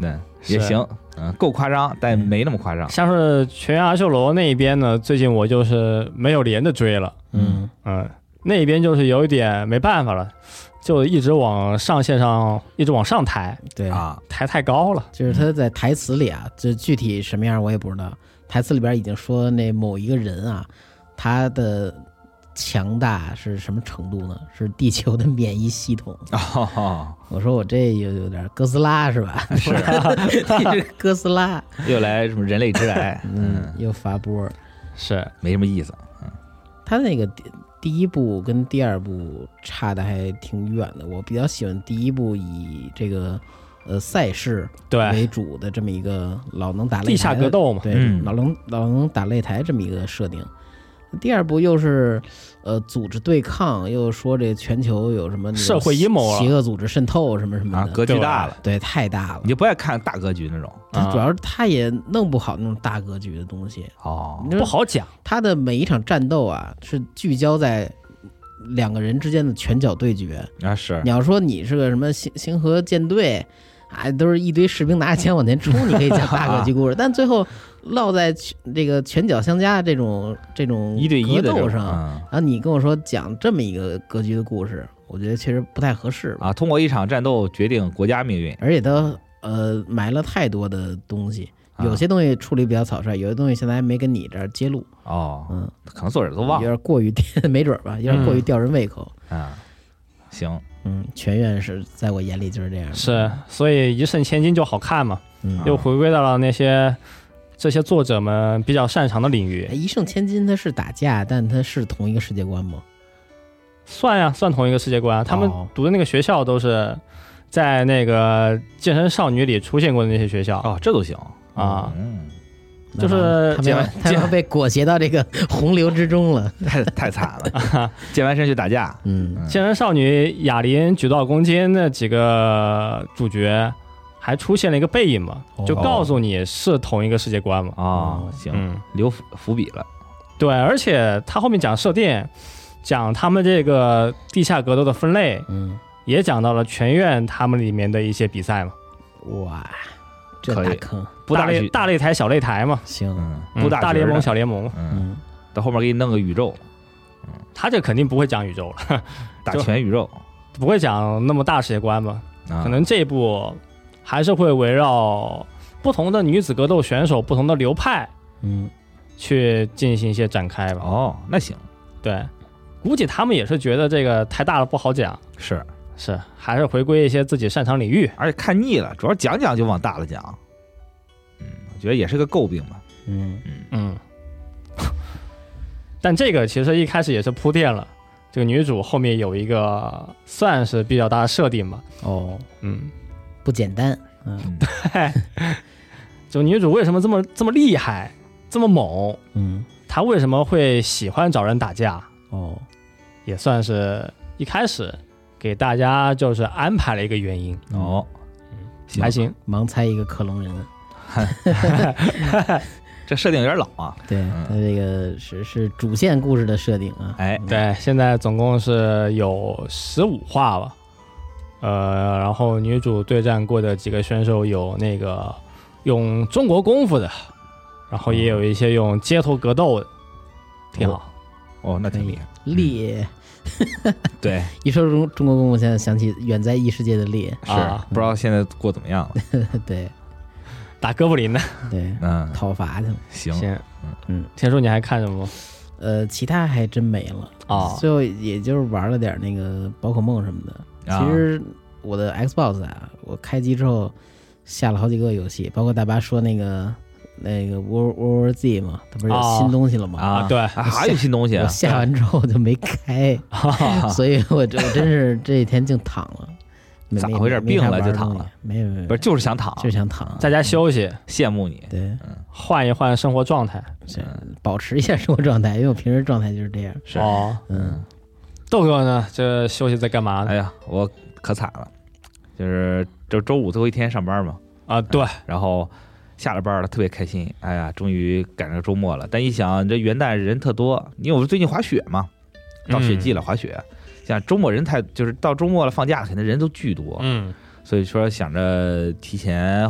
S3: 也行，够夸张，但没那么夸张。
S2: 像是全员阿修罗那一边呢，最近我就是没有连着追了，那一边就是有一点没办法了，就一直往上线上一直往上抬，
S1: 对
S3: 啊，
S2: 抬太高了。
S1: 就是他在台词里啊，这具体什么样我也不知道。台词里边已经说那某一个人啊，他的强大是什么程度呢？是地球的免疫系统。我说我这有点哥斯拉是吧？
S3: 是
S1: 哥斯拉
S3: 又来什么人类之癌，
S1: 又发波，
S2: 是
S3: 没什么意思。
S1: 他那个第一部跟第二部差的还挺远的。我比较喜欢第一部以这个赛事为主的这么一个老能打擂台
S2: 地下格斗嘛，
S1: 对，老能打擂台这么一个设定。第二部又是组织对抗，又说这全球有什么
S2: 社会阴谋、
S1: 邪恶组织渗透什么什么的，
S3: 格局大了，
S1: 对，太大了。
S3: 你就不爱看大格局那种，
S1: 主要是他也弄不好那种大格局的东西，
S2: 不好讲。
S1: 他的每一场战斗啊，是聚焦在两个人之间的拳脚对决
S3: 啊。是
S1: 你要说你是个什么星河舰队啊，都是一堆士兵拿着枪往前冲，你可以讲大格局故事，但最后落在这个拳脚相加这种
S3: 一对一的
S1: 格斗上，然后你跟我说讲这么一个格局的故事，我觉得确实不太合适
S3: 啊。通过一场战斗决定国家命运，
S1: 而且他埋了太多的东西，有些东西处理比较草率，有些东西现在还没跟你这儿揭露。
S3: 可能作者都忘了，
S1: 有点过于没准吧，有点过于吊人胃口
S3: 行。
S1: 全院是在我眼里就是这样，
S2: 是，所以一胜千金就好看嘛，又回归到了这些作者们比较擅长的领域。
S1: 一胜千金它是打架，但它是同一个世界观吗？
S2: 算呀，算同一个世界观。他们读的那个学校都是在那个健身少女里出现过的那些学校。
S3: 这都行
S2: 啊。就是
S1: 他们被裹挟到这个洪流之中了，
S3: 太惨了。健完身去打架，
S2: 健身少女哑铃举多少公斤那几个主角还出现了一个背影嘛，就告诉你是同一个世界观嘛。
S3: 行，留伏笔了。
S2: 对，而且他后面讲设定，讲他们这个地下格斗的分类，也讲到了全院他们里面的一些比赛嘛。
S1: 哇，这大坑。
S2: 大擂台小擂台嘛，
S1: 行，
S2: 大联盟小联盟，
S3: 到后面给你弄个宇宙，
S2: 他这肯定不会讲宇宙了，
S3: 打全宇宙，
S2: 不会讲那么大世界观嘛，可能这一部还是会围绕不同的女子格斗选手、不同的流派，去进行一些展开吧。
S3: 那行，
S2: 对，估计他们也是觉得这个太大了不好讲，
S3: 是，
S2: 还是回归一些自己擅长领域，
S3: 而且看腻了，主要讲就往大了讲。我觉得也是个诟病吧。
S2: 但这个其实一开始也是铺垫了，这个女主后面有一个算是比较大的设定吧。
S1: 不简单。
S2: 对，就女主为什么这么厉害，这么猛？她为什么会喜欢找人打架？也算是一开始给大家就是安排了一个原因。还行，
S1: 盲猜一个克隆人。
S3: 这设定有点老啊。
S1: 对，它这个是主线故事的设定啊。
S2: 对，现在总共是有15话吧。然后女主对战过的几个选手有那个用中国功夫的，然后也有一些用街头格斗的，挺好。
S3: 那挺厉害。
S1: 猎，
S3: 对，
S1: 一说中国功夫，现在想起远在异世界的猎，
S3: 不知道现在过怎么样了。
S1: 对。
S2: 打哥布林的，
S1: 对，讨伐去了。
S3: 行，
S2: 天叔你还看什么？
S1: 其他还真没了最后也就是玩了点那个宝可梦什么的。其实我的 Xbox 啊，我开机之后下了好几个游戏，包括大巴说那个 World Z 嘛，它不是有新东西了吗？
S2: 对，
S3: 还有新东西。
S1: 我下完之后就没开，所以我真是这几天净躺了。
S3: 咋回事？病了就躺了？
S1: 没有，
S3: 不是就是想躺，
S2: 在家休息，
S3: 羡慕你。
S1: 对，
S2: 换一换生活状态，
S1: 保持一下生活状态，因为我平时状态就是这样。
S2: 豆哥呢？这休息在干嘛呢？
S3: 哎呀，我可惨了，就是这周五最后一天上班嘛。
S2: 对，
S3: 然后下了班了，特别开心。哎呀，终于赶上周末了。但一想，这元旦人特多，因为我最近滑雪嘛，到雪季了，滑雪。像周末人就是到周末了放假了，肯定人都巨多，所以说想着提前滑，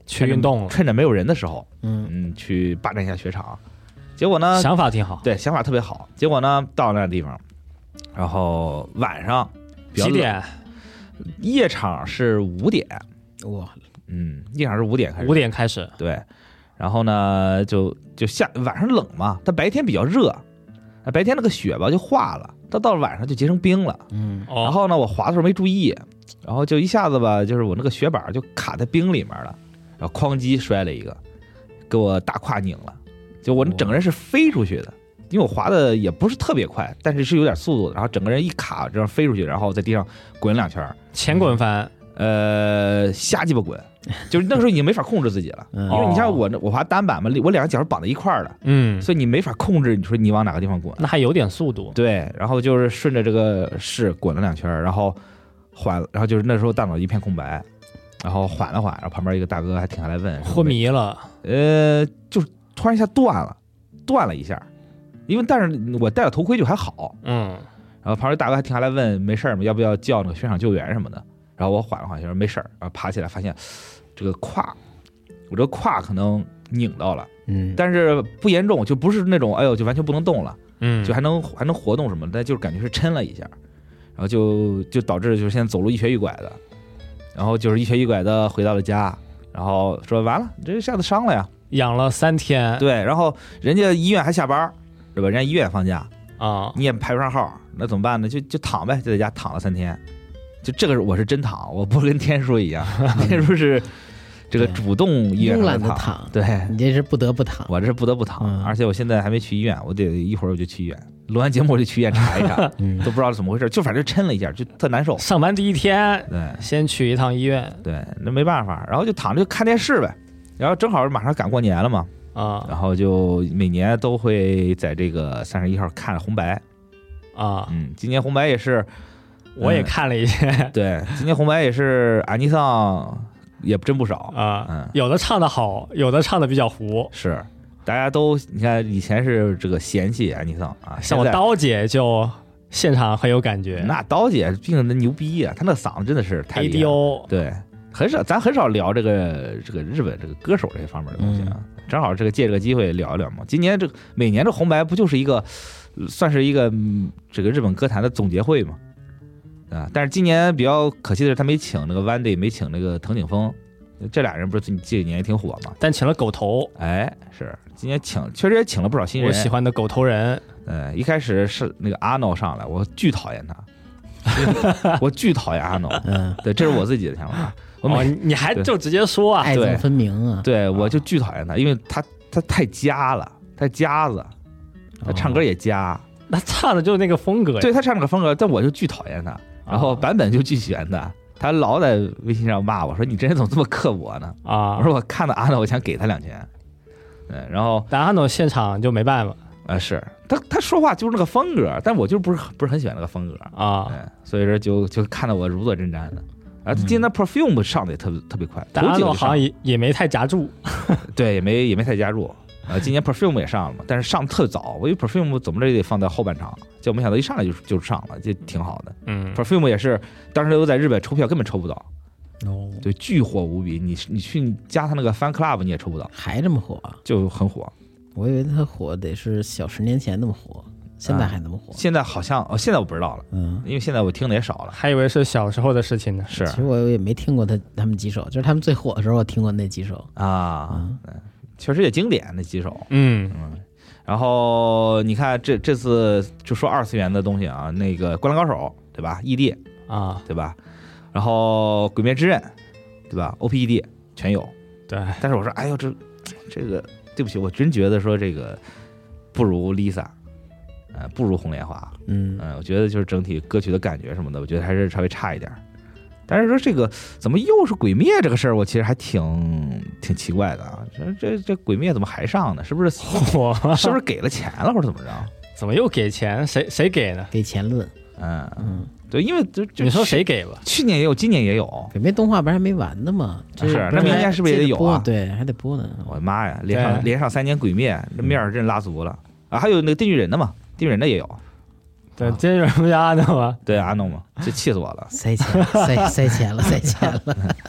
S2: 去运动了，
S3: 趁着没有人的时候，去霸占一下雪场。结果呢，
S2: 想法挺好，
S3: 对，想法特别好。结果呢，到那个地方，然后晚上
S2: 几点？
S3: 夜场是5点。
S1: 哇，
S3: 夜场是5点开始。
S2: 5点开始，
S3: 对。然后呢，就晚上冷嘛，但白天比较热，白天那个雪吧就化了，到了晚上就结成冰了。然后呢，我滑的时候没注意，然后就一下子吧，就是我那个雪板就卡在冰里面了，然后哐叽摔了一个，给我大胯拧了。就我整个人是飞出去的，因为我滑的也不是特别快，但是有点速度的，然后整个人一卡这样飞出去，然后在地上滚2圈，
S2: 前滚翻，
S3: 瞎鸡巴滚，就是那个时候已经没法控制自己了，因为你像我滑单板嘛，我2个脚是绑在一块儿的，所以你没法控制，你说你往哪个地方滚，
S2: 那还有点速度，
S3: 对，然后就是顺着这个势滚了2圈，然后然后就是那时候大脑一片空白，然后缓了缓，然后旁边一个大哥还停下来问，
S2: 昏迷了，
S3: 就是突然一下断了一下，但是我戴了头盔就还好，然后旁边大哥还停下来问没事吗？要不要叫那个雪场救援什么的？然后我缓了缓，说没事，然后爬起来发现这个我这个胯可能拧到了，但是不严重，就不是那种哎呦就完全不能动了，就还能活动什么的，但就是感觉是抻了一下，然后就导致就是现在走路一瘸一拐的，然后就是一瘸一拐的回到了家，然后说完了，你这下子伤了呀。
S2: 养了3天，
S3: 对，然后人家医院还下班，对吧？人家医院放假
S2: 啊，
S3: 你也排不上号，那怎么办呢？就躺呗，就在家躺了3天。就这个我是真躺，我不是跟天叔一样，天叔是这个主动医院
S1: 慵懒的躺，
S3: 对，
S1: 你这是不得不躺，
S3: 我这是不得不躺，而且我现在还没去医院，我得一会儿我就去医院，录完节目我就去医院查一查，都不知道怎么回事，就反正抻了一下，就特难受。
S2: 上班第1天，
S3: 对，
S2: 先去一趟医院，
S3: 对，那没办法，然后就躺着就看电视呗。然后正好马上赶过年了嘛，然后就每年都会在这个31号看红白，今年红白也是，
S2: 我也看了一些，
S3: 对，今年红白也是阿尼桑也真不少
S2: 有的唱的好，有的唱的比较糊，
S3: 是，大家都你看以前是这个嫌弃阿尼桑啊，
S2: 像我刀姐就现场很有感觉，
S3: 那刀姐毕竟那牛逼啊，她那个嗓子真的是太厉害
S2: 了，
S3: 对。咱很少聊这个日本这个歌手这些方面的东西啊，正好这个借这个机会聊一聊嘛。今年每年这红白不就是一个算是一个这个日本歌坛的总结会嘛，啊，但是今年比较可惜的是他没请那个 One Day， 没请那个藤井风，这俩人不是这几年也挺火嘛，
S2: 但请了狗头，
S3: 是今年确实也请了不少新人，
S2: 我喜欢的狗头人，
S3: 一开始是那个阿诺上来，我巨讨厌他，我巨讨厌阿诺，对，这是我自己的想法。
S2: 你还就直接说啊，
S1: 爱憎分明啊！
S3: 对，我就巨讨厌他，因为他太夹了，他夹子，他唱歌也夹，
S2: 他唱的就是那个风格，
S3: 对他唱那个风格，但我就巨讨厌他。然后版本就巨喜欢他，他老在微信上骂我说：“你这人怎么这么刻薄呢？”我说：“我看到阿诺，我想给他2钱。”然后
S2: 但阿诺现场就没办法，
S3: 是他说话就是那个风格，但我就不是很喜欢那个风格所以说就看得我如坐针毡的。今天的 Perfume 上的也特别快，
S2: 但阿诺好像也没太夹住，
S3: 对，也没太夹住。今年 Perfume 也上了嘛，但是上的特早，我以为 Perfume 怎么着也得放在后半场，结果没想到一上来就上了，这挺好的。Perfume 也是当时都在日本抽票根本抽不到，对，巨火无比。你去加他那个 Fan Club 你也抽不到，
S1: 还这么火，
S3: 就很火。
S1: 我以为他火得是小10年前那么火。现在还那么火？
S3: 现在好像现在我不知道了，因为现在我听的也少了，
S2: 还以为是小时候的事情呢。
S3: 是，
S1: 其实我也没听过他们几首，就是他们最火的时候，我听过那几首
S3: 确实也经典那几首。然后你看这次就说2次元的东西啊，那个《灌篮高手》对吧 ？ED 对吧？然后《鬼灭之刃》对吧 ？OPED 全有。
S2: 对，
S3: 但是我说，哎呦，这个对不起，我真觉得说这个不如 Lisa。不如红莲华，我觉得就是整体歌曲的感觉什么的，我觉得还是稍微差一点。但是说这个怎么又是鬼灭这个事儿，我其实还挺奇怪的啊。这鬼灭怎么还上呢？是不是给了钱了或者怎么着？
S2: 怎么又给钱？谁给呢？
S1: 给钱论。
S3: 对，因为
S2: 你说谁给了？
S3: 去年也有，今年也有。
S1: 鬼灭动画不是还没完呢吗？
S3: 是，那明年是不是也得有啊？
S1: 对，还得播呢。
S3: 我的妈呀，连上3年鬼灭，这面儿真拉足了啊！还有那个电锯人的嘛。地人的也有，
S2: 对，今天不是阿诺吗？
S3: 对，阿诺嘛，这气死我了，
S1: 塞钱了。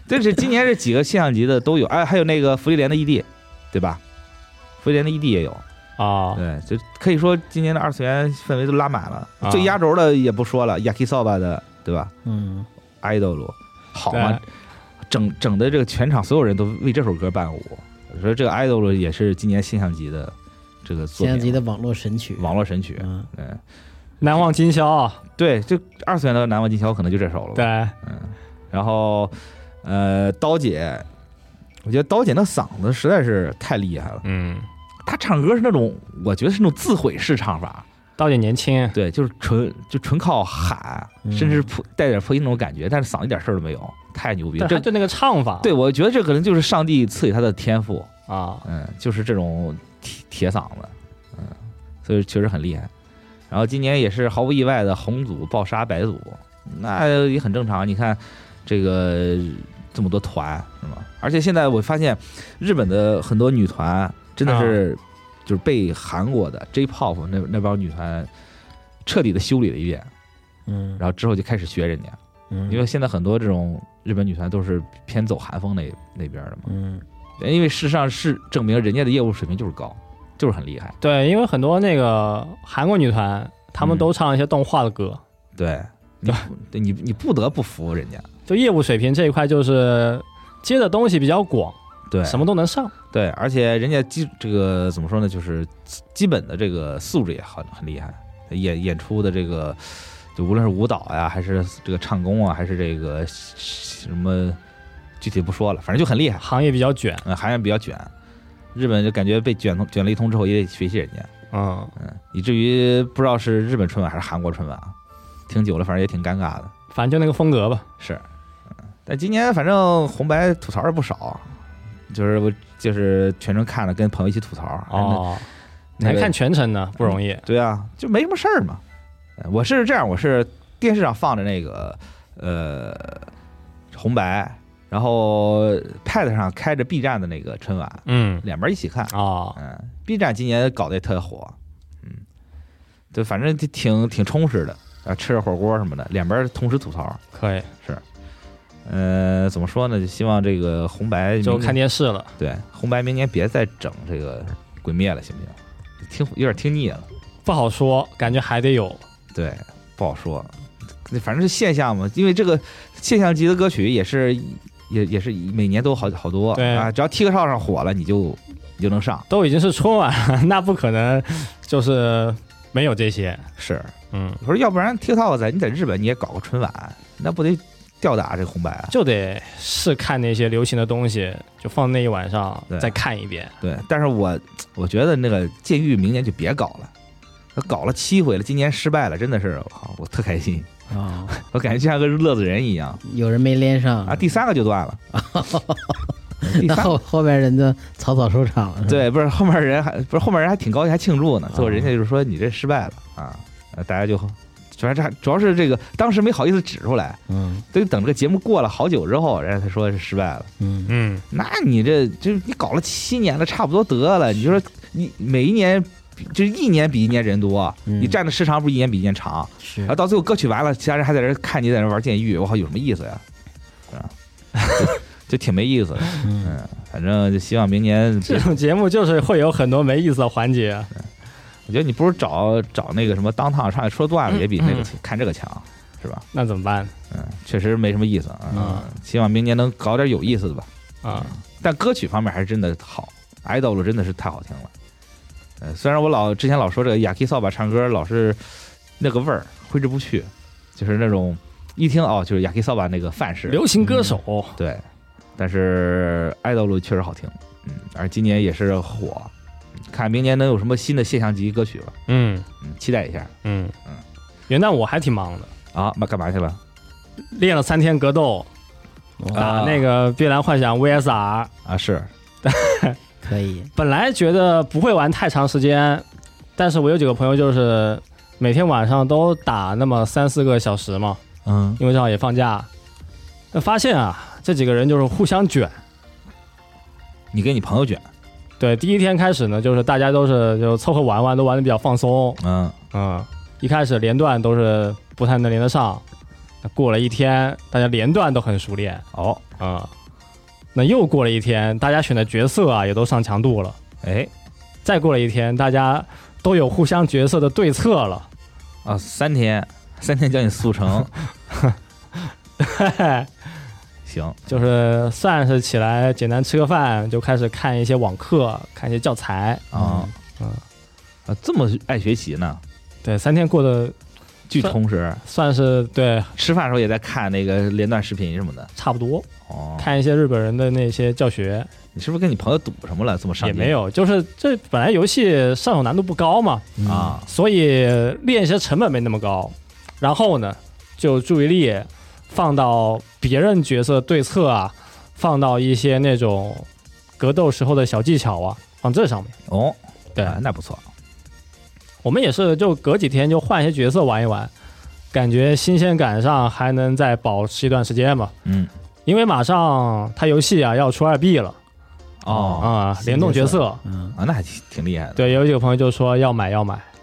S3: 这是今年这几个现象级的都有，还有那个福利连的 ED， 对吧？福利连的 ED 也有
S2: 啊，
S3: 对，就可以说今年的二次元氛围都拉满了。最压轴的也不说了，Yakisoba 的，对吧？idol 好嘛，整的这个全场所有人都为这首歌伴舞。我说这个 idol 也是今年现象级的这个作品，
S1: 现象级的网络神曲，
S2: 难忘今宵。
S3: 对，就二次元的难忘今宵可能就这首了。
S2: 对，
S3: 然后刀姐，我觉得刀姐那嗓子实在是太厉害了。她唱歌是那种，我觉得是那种自毁式唱法。
S2: 刀姐年轻，
S3: 对，就是纯靠喊，甚至带点破音那种感觉，但是嗓子一点事儿都没有，太牛逼了。
S2: 这就那个唱法，
S3: 对，我觉得这可能就是上帝赐予她的天赋
S2: 啊。
S3: 就是这种铁嗓子，所以确实很厉害。然后今年也是毫无意外的红组暴杀白组，那也很正常。你看这个这么多团是吗？而且现在我发现日本的很多女团真的是就是被韩国的 J-pop 那帮女团彻底的修理了一遍，然后之后就开始学人家，因为现在很多这种日本女团都是偏走韩风那边的嘛，因为事实上是证明人家的业务水平就是高。就是很厉害，
S2: 对，因为很多那个韩国女团，她们都唱一些动画的歌，
S3: 对，你不得不服人家，
S2: 就业务水平这一块就是接的东西比较广，
S3: 对，
S2: 什么都能上，
S3: 对，而且人家这个怎么说呢，就是基本的这个素质也很厉害，演出的这个就无论是舞蹈呀，还是这个唱功啊，还是这个什么具体不说了，反正就很厉害，
S2: 行业比较卷，
S3: 行业比较卷。日本就感觉被卷了一通之后，也得学习人家，以至于不知道是日本春晚还是韩国春晚，听久了反正也挺尴尬的。
S2: 反正就那个风格吧。
S3: 是，但今年反正红白吐槽也不少，就是全程看了，跟朋友一起吐槽。
S2: 你还看全程呢，不容易。
S3: 对啊，就没什么事儿嘛。我是这样，我是电视上放着那个红白。然后 Pad 上开着 B 站的那个春晚，两边一起看B 站今年搞得也特火，对，反正挺充实的吃着火锅什么的，两边同时吐槽，
S2: 可以
S3: 是，怎么说呢？就希望这个红白
S2: 就看电视了，
S3: 对，红白明年别再整这个鬼灭了，行不行？有点听腻了，
S2: 不好说，感觉还得有，
S3: 对，不好说，反正是现象嘛，因为这个现象级的歌曲也是每年都好多啊，只要 TikTok 上火了，你就能上。
S2: 都已经是春晚了，那不可能就是没有这些。
S3: 是，我说要不然 TikTok 你在日本你也搞个春晚，那不得吊打这个红白啊？
S2: 就得是看那些流行的东西，就放那一晚上再看一遍。
S3: 对，但是我觉得那个监狱明年就别搞了，他搞了7回了，今年失败了，真的是我特开心。我感觉就像个乐子人一样，
S1: 有人没连上
S3: 啊，第3个就断了，
S1: 那后边人就草草收场了。
S3: 对，不是后面人还挺高兴，还庆祝呢。最后人家就是说你这失败了啊，大家就主要是这个当时没好意思指出来，得等这个节目过了好久之后，人家才说是失败了。那你你搞了7年了，差不多得了。你就说你每一年。就是一年比一年人多，你站的时长不是一年比一年长，然后到最后歌曲完了，其他人还在这看你在那玩监狱，我靠，有什么意思呀？是吧？就挺没意思的。反正就希望明年
S2: 这种节目就是会有很多没意思的环节。
S3: 我觉得你不如找那个什么当趟上来说段子，也比那个看这个强，是吧？
S2: 那怎么办？
S3: 确实没什么意思啊。希望明年能搞点有意思的吧。但歌曲方面还是真的好，idol 真的是太好听了。虽然我之前老说这个Yakisoba唱歌老是那个味儿挥之不去，就是那种一听就是Yakisoba那个范式
S2: 流行歌手，
S3: 对，但是idol确实好听，而今年也是火，看明年能有什么新的现象级歌曲吧，期待一下，
S2: 元旦我还挺忙的
S3: 啊，那干嘛去了？
S2: 练了3天格斗，打那个碧蓝幻想 VSR
S3: 啊，是。
S1: 可以，
S2: 本来觉得不会玩太长时间，但是我有几个朋友就是每天晚上都打那么3-4个小时嘛，因为正好也放假，发现这几个人就是互相卷。
S3: 你跟你朋友卷？
S2: 对，第一天开始呢，就是大家都是就凑合玩，都玩得比较放松，一开始连段都是不太能连得上， 过了一天，大家连段都很熟练那又过了一天，大家选的角色啊也都上强度了，再过了一天，大家都有互相角色的对策了
S3: 3天将你速成行，
S2: 就是算是起来简单吃个饭，就开始看一些网课，看一些教材
S3: 这么爱学习呢？
S2: 对，3天过得
S3: 巨充实，
S2: 算是对。
S3: 吃饭的时候也在看那个连段视频什么的，
S2: 差不多看一些日本人的那些教学。
S3: 你是不是跟你朋友赌什么了？这么上
S2: 也没有，就是这本来游戏上手难度不高嘛所以练习成本没那么高。然后呢，就注意力放到别人角色对策啊，放到一些那种格斗时候的小技巧啊，放这上面对
S3: 那不错。
S2: 我们也是就隔几天就换一些角色玩一玩，感觉新鲜感上还能再保持一段时间嘛因为马上它游戏啊要出2B 了联动角色
S3: 那还挺厉害的。
S2: 对，有几个朋友就说要买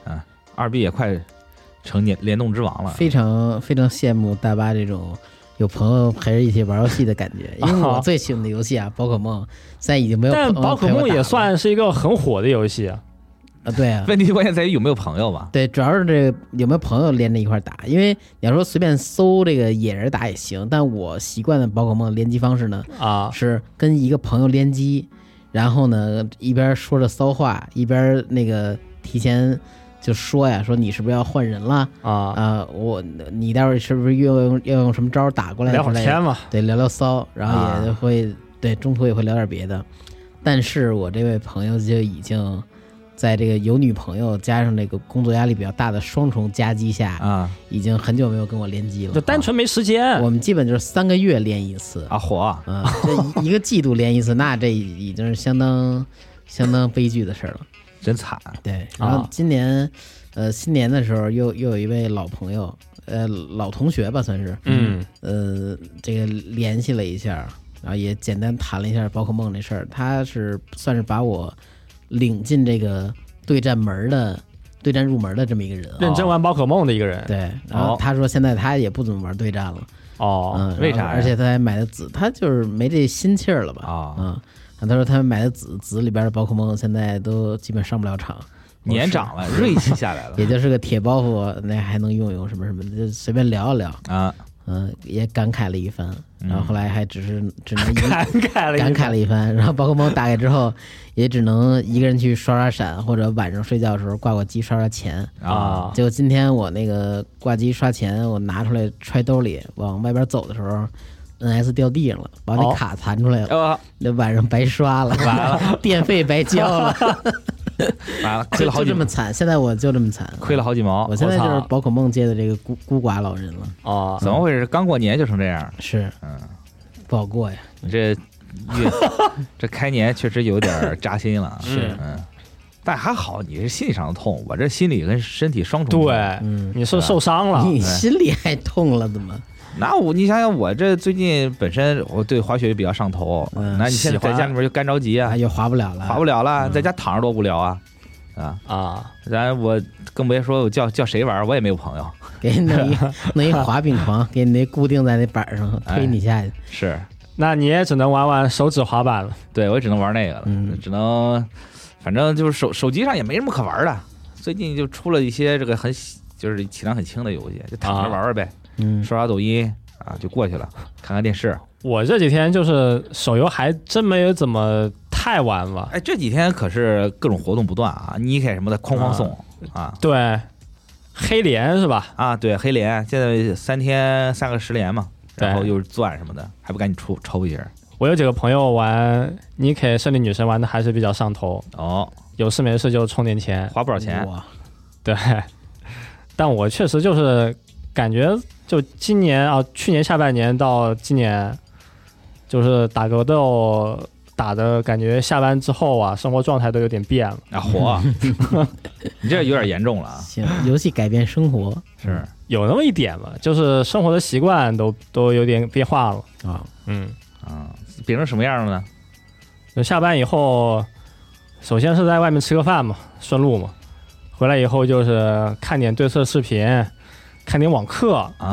S3: 2B 也快成联动之王了，
S1: 非常非常羡慕大巴这种有朋友陪着一起玩游戏的感觉，因为我最喜欢的游戏啊，宝可梦现在已经没有朋友陪我打了。
S2: 但宝可梦也算是一个很火的游戏
S1: 对啊，
S3: 问题关键在于有没有朋友吧？
S1: 对，主要是这个有没有朋友连着一块打。因为你要说随便搜这个野人打也行，但我习惯的宝可梦联机方式呢是跟一个朋友联机，然后呢一边说着骚话，一边那个提前就说呀，说你是不是要换人了你待会儿是不是要用什么招打过来？
S2: 聊会儿天嘛，
S1: 对，聊聊骚，然后也会对中途也会聊点别的。但是我这位朋友就已经在这个有女朋友加上这个工作压力比较大的双重夹击下已经很久没有跟我联机了，
S2: 就单纯没时间。
S1: 我们基本就是3个月连一次这一个季度连一次，那这已经是相当悲剧的事了，
S3: 真惨。
S1: 对，然后今年新年的时候又有一位老朋友老同学吧算是这个联系了一下，然后也简单谈了一下宝可梦这事儿。他是算是把我领进这个对战入门的这么一个人，
S2: 认真玩宝可梦的一个人。
S1: 对，然后他说现在他也不怎么玩对战了
S3: 为啥？
S1: 而且他还买的紫，他就是没这心气儿了吧他说他买的紫里边的宝可梦现在都基本上不了场，
S3: 年长了，锐气下来了，
S1: 也就是个铁包袱，那还能用什么什么的，就随便聊一聊也感慨了一番，然后后来还只能
S2: 感慨
S1: 了一番，然后宝可梦打开之后，也只能一个人去刷刷闪，或者晚上睡觉的时候挂挂机刷刷钱结果今天我那个挂机刷钱，我拿出来揣兜里往外边走的时候，NS 掉地上了，把那卡弹出来了，那晚上白刷了，
S3: 完了，
S1: 电费白交了。
S3: 完了，亏了好几毛，
S1: 就这么惨，现在我就这么惨，
S3: 亏了好几毛。
S1: 我现在就是宝可梦界的这个孤寡老人了
S3: 怎么回事？刚过年就成这样？
S1: 是，不好过呀。
S3: 你这开年确实有点扎心了，
S2: 是，
S3: 但还好你是心理上的痛，我这心理跟身体双重痛。
S2: 对，你是受伤了，
S1: 你心里还痛了怎么？
S3: 那你想想，我这最近本身我对滑雪比较上头，那你现在在家里面就干着急啊，
S1: 也滑不了了，
S3: 在家躺着多无聊啊，然后我更别说我叫谁玩，我也没有朋友，
S1: 给你弄一滑冰床，给你那固定在那板上推你下去，
S3: 是，
S2: 那你也只能玩手指滑板了，
S3: 对我也只能玩那个了，只能，反正就是手机上也没什么可玩的，最近就出了一些这个就是体量很轻的游戏，就躺着玩玩呗。刷抖音就过去了，看看电视。
S2: 我这几天就是手游还真没有怎么太玩了。
S3: 这几天可是各种活动不断啊，尼凯什么的哐哐送
S2: 对，黑莲是吧？
S3: 对，黑莲现在3天3个10连嘛，然后又是钻什么的，还不赶紧抽一下。
S2: 我有几个朋友玩尼凯胜利女神玩的还是比较上头有事没事就充点钱，
S3: 花不少钱。
S2: 对，但我确实就是感觉。就今年去年下半年到今年，就是打格斗打的感觉，下班之后生活状态都有点变了
S3: 你这有点严重了
S1: 行，游戏改变生活
S3: 是
S2: 有那么一点吧，就是生活的习惯都有点变化了
S3: 变成什么样了呢？
S2: 就下班以后，首先是在外面吃个饭嘛，顺路嘛，回来以后就是看点对策视频。看点网课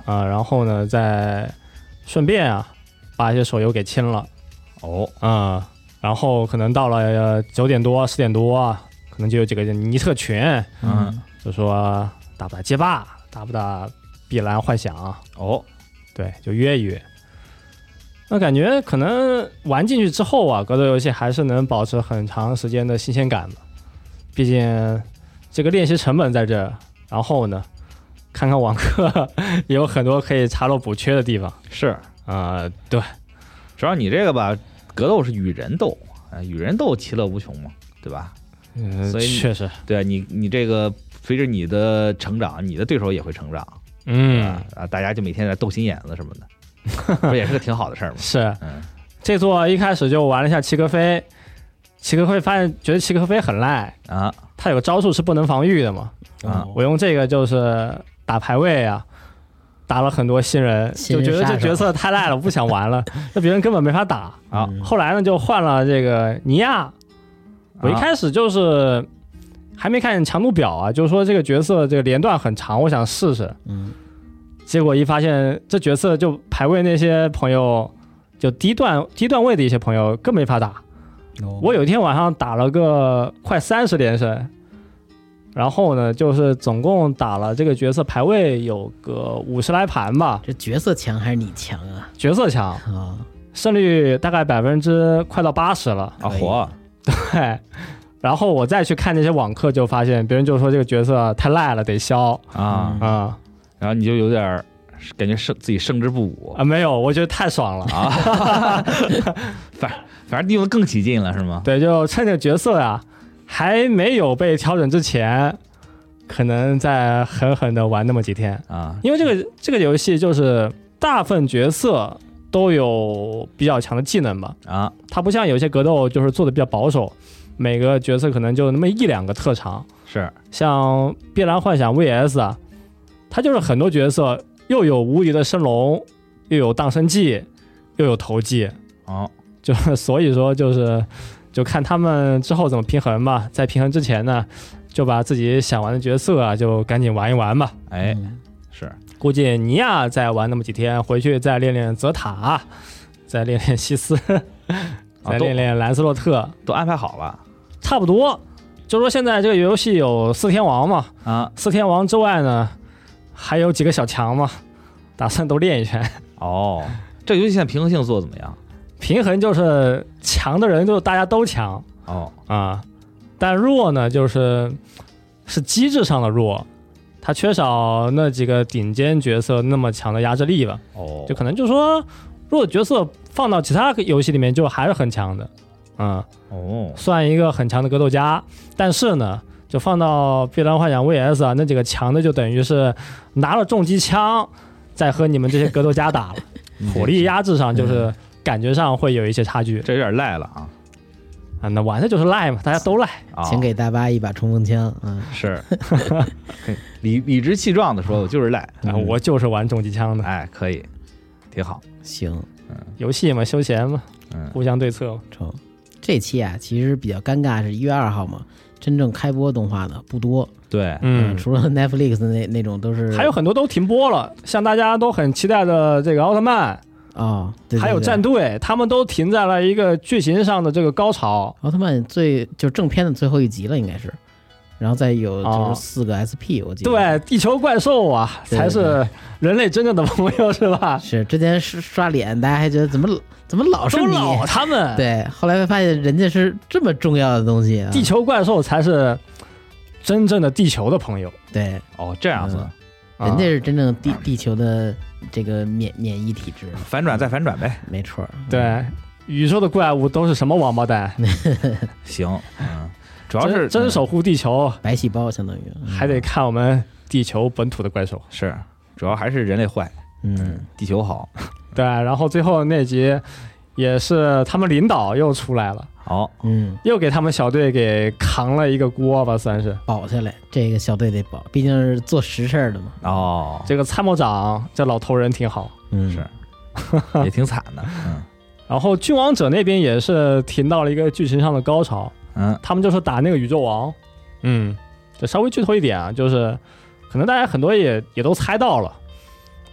S2: 啊，然后呢再顺便啊把一些手游给清了。然后可能到了9点多10点多啊，可能就有几个尼特群，就说打不打街霸，打不打碧蓝幻想，对，就约一约。那感觉可能玩进去之后啊，格斗游戏还是能保持很长时间的新鲜感的，毕竟这个练习成本在这，然后呢看看网课也有很多可以查漏补缺的地方。
S3: 是
S2: 对，
S3: 主要你这个吧，格斗是与人斗，与人斗其乐无穷嘛，对吧？所以
S2: 确实，
S3: 对啊，你这个随着你的成长，你的对手也会成长，大家就每天在斗心眼子什么的，不也是个挺好的事儿吗？
S2: 是，这座一开始就玩了一下齐格飞，觉得齐格飞很赖啊，他有个招数是不能防御的嘛，我用这个就是打排位啊。打了很多新人，就觉得这角色太赖了，不想玩了，那别人根本没法打啊。后来呢，就换了这个尼亚。我一开始就是还没看强度表啊，就是说这个角色这个连段很长，我想试试。结果一发现这角色就排位那些朋友，就低段位的一些朋友更没法打。我有一天晚上打了个快30连胜。然后呢，就是总共打了这个角色排位有个50来盘吧。
S1: 这角色强还是你强啊？
S2: 角色强啊，胜率大概快到80%了
S3: 啊！火，
S2: 对。然后我再去看那些网课，就发现别人就说这个角色太赖了，得消
S3: 啊。然后你就有点感觉自己胜之不武
S2: 啊？没有，我觉得太爽了
S3: 啊！反正用的更起劲了，是吗？
S2: 对，就趁这个角色呀。还没有被调整之前，可能再狠狠的玩那么几天啊！因为这个游戏就是大部分角色都有比较强的技能吧啊，它不像有些格斗就是做的比较保守，每个角色可能就那么1-2个特长。
S3: 是
S2: 像碧蓝幻想 VS 啊，它就是很多角色又有无敌的升龙，又有荡生技，又有投技就是所以说就看他们之后怎么平衡吧，在平衡之前呢，就把自己想玩的角色啊，就赶紧玩一玩吧。
S3: 是，
S2: 估计尼亚再玩那么几天，回去再练练泽塔，再练练西斯，再练练兰斯洛特，
S3: 都安排好了，
S2: 差不多。就说现在这个游戏有4天王嘛，4天王之外呢，还有几个小强嘛，打算都练一圈。
S3: 这游戏现在平衡性做得怎么样？
S2: 平衡就是强的人就大家都强但弱呢是机制上的弱，它缺少那几个顶尖角色那么强的压制力吧。就可能就说弱的角色放到其他游戏里面就还是很强的，算一个很强的格斗家。但是呢，就放到碧蓝幻想 VS 啊，那几个强的就等于是拿了重机枪在和你们这些格斗家打了，火力压制上就是感觉上会有一些差距，
S3: 这有点赖了
S2: 那玩的就是赖嘛，大家都赖。
S1: 请给大巴一把冲锋枪
S3: 是理直气壮的说，我就是赖
S2: 我就是玩重机枪的。
S3: 可以，挺好。
S1: 行，
S2: 游戏嘛，休闲嘛，互相对策。
S1: 这期啊，其实比较尴尬，是1月2号嘛，真正开播动画的不多。
S3: 对，
S1: 除了 Netflix 那种都是，
S2: 还有很多都停播了，像大家都很期待的这个奥特曼。
S1: 对，
S2: 还有战队，他们都停在了一个剧情上的这个高潮。
S1: 奥特曼就正片的最后一集了，应该是，然后再有就是4个 SP，我记得。
S2: 对，地球怪兽啊，才是人类真正的朋友，是吧？
S1: 是之前刷脸，大家还觉得怎么老是你
S2: 他们？
S1: 对，后来发现人家是这么重要的东西
S2: 地球怪兽才是真正的地球的朋友。
S1: 对，
S3: 这样子。
S1: 人家是真正地球的这个免疫体质，
S3: 反转再反转呗，
S1: 没错。
S2: 对，宇宙的怪物都是什么王八蛋？
S3: 行，主要是
S2: 真守护地球，
S1: 白细胞相当于
S2: 还得看我们地球本土的怪兽。
S3: 是，主要还是人类坏，地球好。
S2: 对，然后最后那集也是他们领导又出来了。又给他们小队给扛了一个锅吧，算是
S1: 保下来。这个小队得保，毕竟是做实事的嘛。
S2: 这个参谋长这老头人挺好，
S3: 是，也挺惨的。
S2: 然后君王者那边也是停到了一个剧情上的高潮。他们就是打那个宇宙王。就稍微剧透一点啊，就是可能大家很多也都猜到了，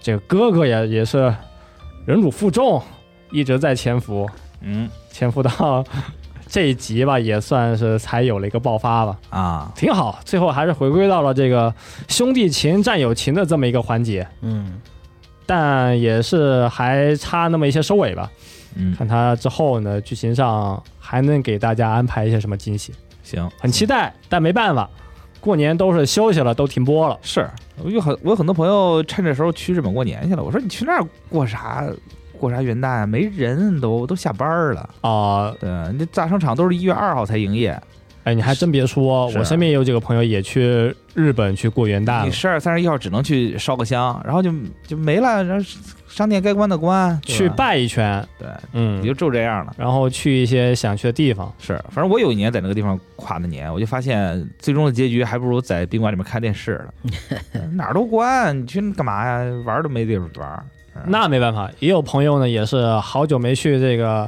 S2: 这个哥哥也是忍辱负重，一直在潜伏，潜伏到这一集吧，也算是才有了一个爆发吧，啊，挺好，最后还是回归到了这个兄弟情、战友情的这么一个环节，但也是还差那么一些收尾吧，看他之后呢，剧情上还能给大家安排一些什么惊喜，
S3: 行，
S2: 很期待，但没办法，过年都是休息了，都停播了。
S3: 是我有很多朋友趁这时候去日本过年去了，我说你去那儿过啥元旦啊？没人，都下班了啊。对，那大商场都是1月2号才营业。
S2: 哎，你还真别说，我身边也有几个朋友也去日本去过元旦了。
S3: 你12月31号只能去烧个香，然后就没了，然后商店该关的关，
S2: 去拜一圈。
S3: 对，也就这样了。
S2: 然后去一些想去的地方。
S3: 是，反正我有一年在那个地方跨的年，我就发现最终的结局还不如在宾馆里面看电视了。哪儿都关，你去干嘛呀？玩都没地方玩。
S2: 那没办法，也有朋友呢，也是好久没去这个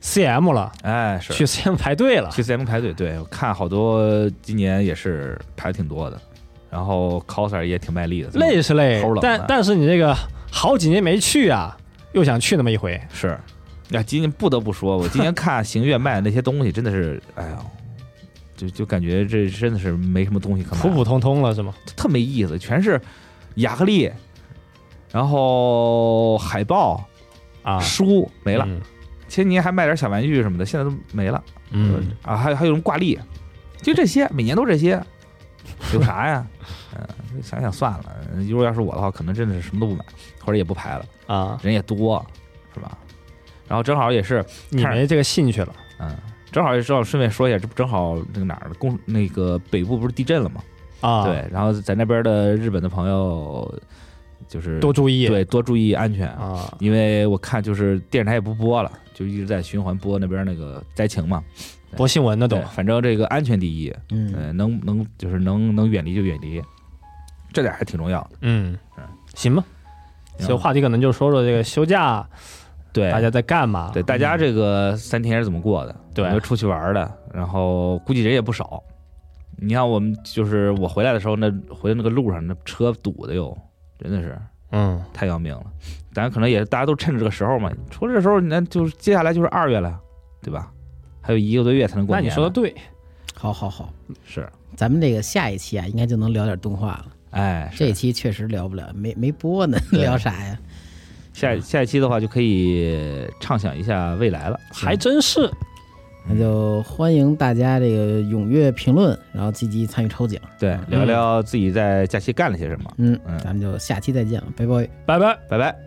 S2: CM 了，
S3: 哎，是
S2: 去 CM 排队了，
S3: 去 CM 排队，对，我看好多今年也是排的挺多的，然后 coser 也挺卖力的，
S2: 累是累，但是你这个好几年没去啊，又想去那么一回，
S3: 是，呀，今年不得不说，我今年看行月卖的那些东西真的是，哎呀，就感觉这真的是没什么东西可买，
S2: 普普通通了是吗？
S3: 特没意思，全是亚克力。然后海报啊，书没了，前年还卖点小玩具什么的，现在都没了。还有什么挂历，就这些，每年都这些，有啥呀？想想算了，如果要是我的话，可能真的是什么都不买，或者也不排了啊，人也多，是吧？然后正好也是
S2: 你没这个兴趣了，
S3: 正好也正好顺便说一下，这不正好那个哪儿那个北部不是地震了吗？啊，对，然后在那边的日本的朋友。就是
S2: 多注意，
S3: 对，多注意安全啊！因为我看就是电视台也不播了，就一直在循环播那边那个灾情嘛，
S2: 播新闻的都。
S3: 反正这个安全第一，能就是能远离就远离，这点还挺重要的。
S2: 行吧。这个话题可能就说说这个休假，
S3: 对
S2: 大家在干嘛？
S3: 对，大家这个3天是怎么过的？
S2: 对，
S3: 有没有出去玩的？然后估计人也不少。你看我们就是我回来的时候，回那个路上那车堵的哟。真的是，太要命了。咱可能也大家都趁着这个时候嘛，除了这时候，那就是接下来就是2月了，对吧？还有1个多月才能过年。
S2: 那你说的对，
S1: 好，
S3: 是。
S1: 咱们这个下一期啊，应该就能聊点动画了。
S3: 哎，
S1: 这一期确实聊不了，没播呢，聊啥呀？
S3: 下一期的话就可以畅想一下未来了，
S2: 还真是。
S1: 那就欢迎大家这个踊跃评论，然后积极参与抽奖，
S3: 对，聊聊自己在假期干了些什么。
S1: 咱们就下期再见了，拜拜，
S2: 拜拜，
S3: 拜拜。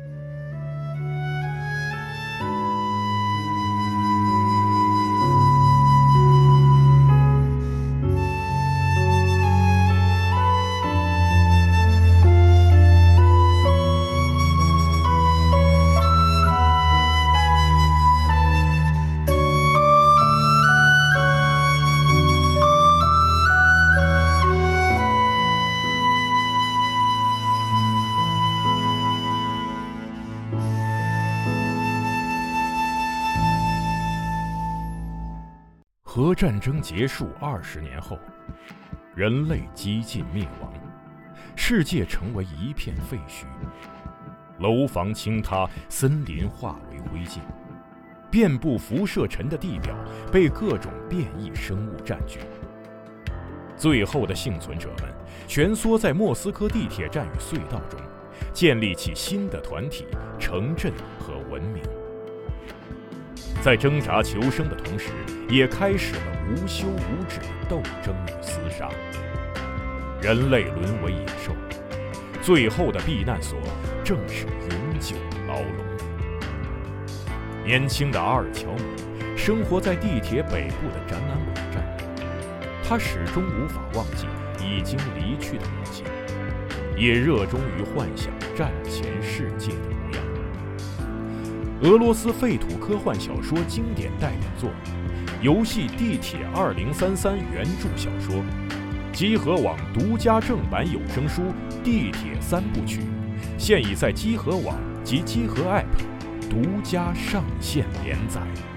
S4: 核战争结束20年后，人类几近灭亡，世界成为一片废墟，楼房倾塌，森林化为灰烬，遍布辐射尘的地表被各种变异生物占据。最后的幸存者们蜷缩在莫斯科地铁站与隧道中，建立起新的团体、城镇和文明。在挣扎求生的同时，也开始了无休无止的斗争与厮杀。人类沦为野兽，最后的避难所正是永久牢笼。年轻的阿尔乔姆生活在地铁北部的展览馆站，他始终无法忘记已经离去的母亲，也热衷于幻想战前世界的模样。俄罗斯废土科幻小说经典代表作，游戏《地铁2033》原著小说，集合网独家正版有声书《地铁3部曲》，现已在集合网及集合 App 独家上线连载。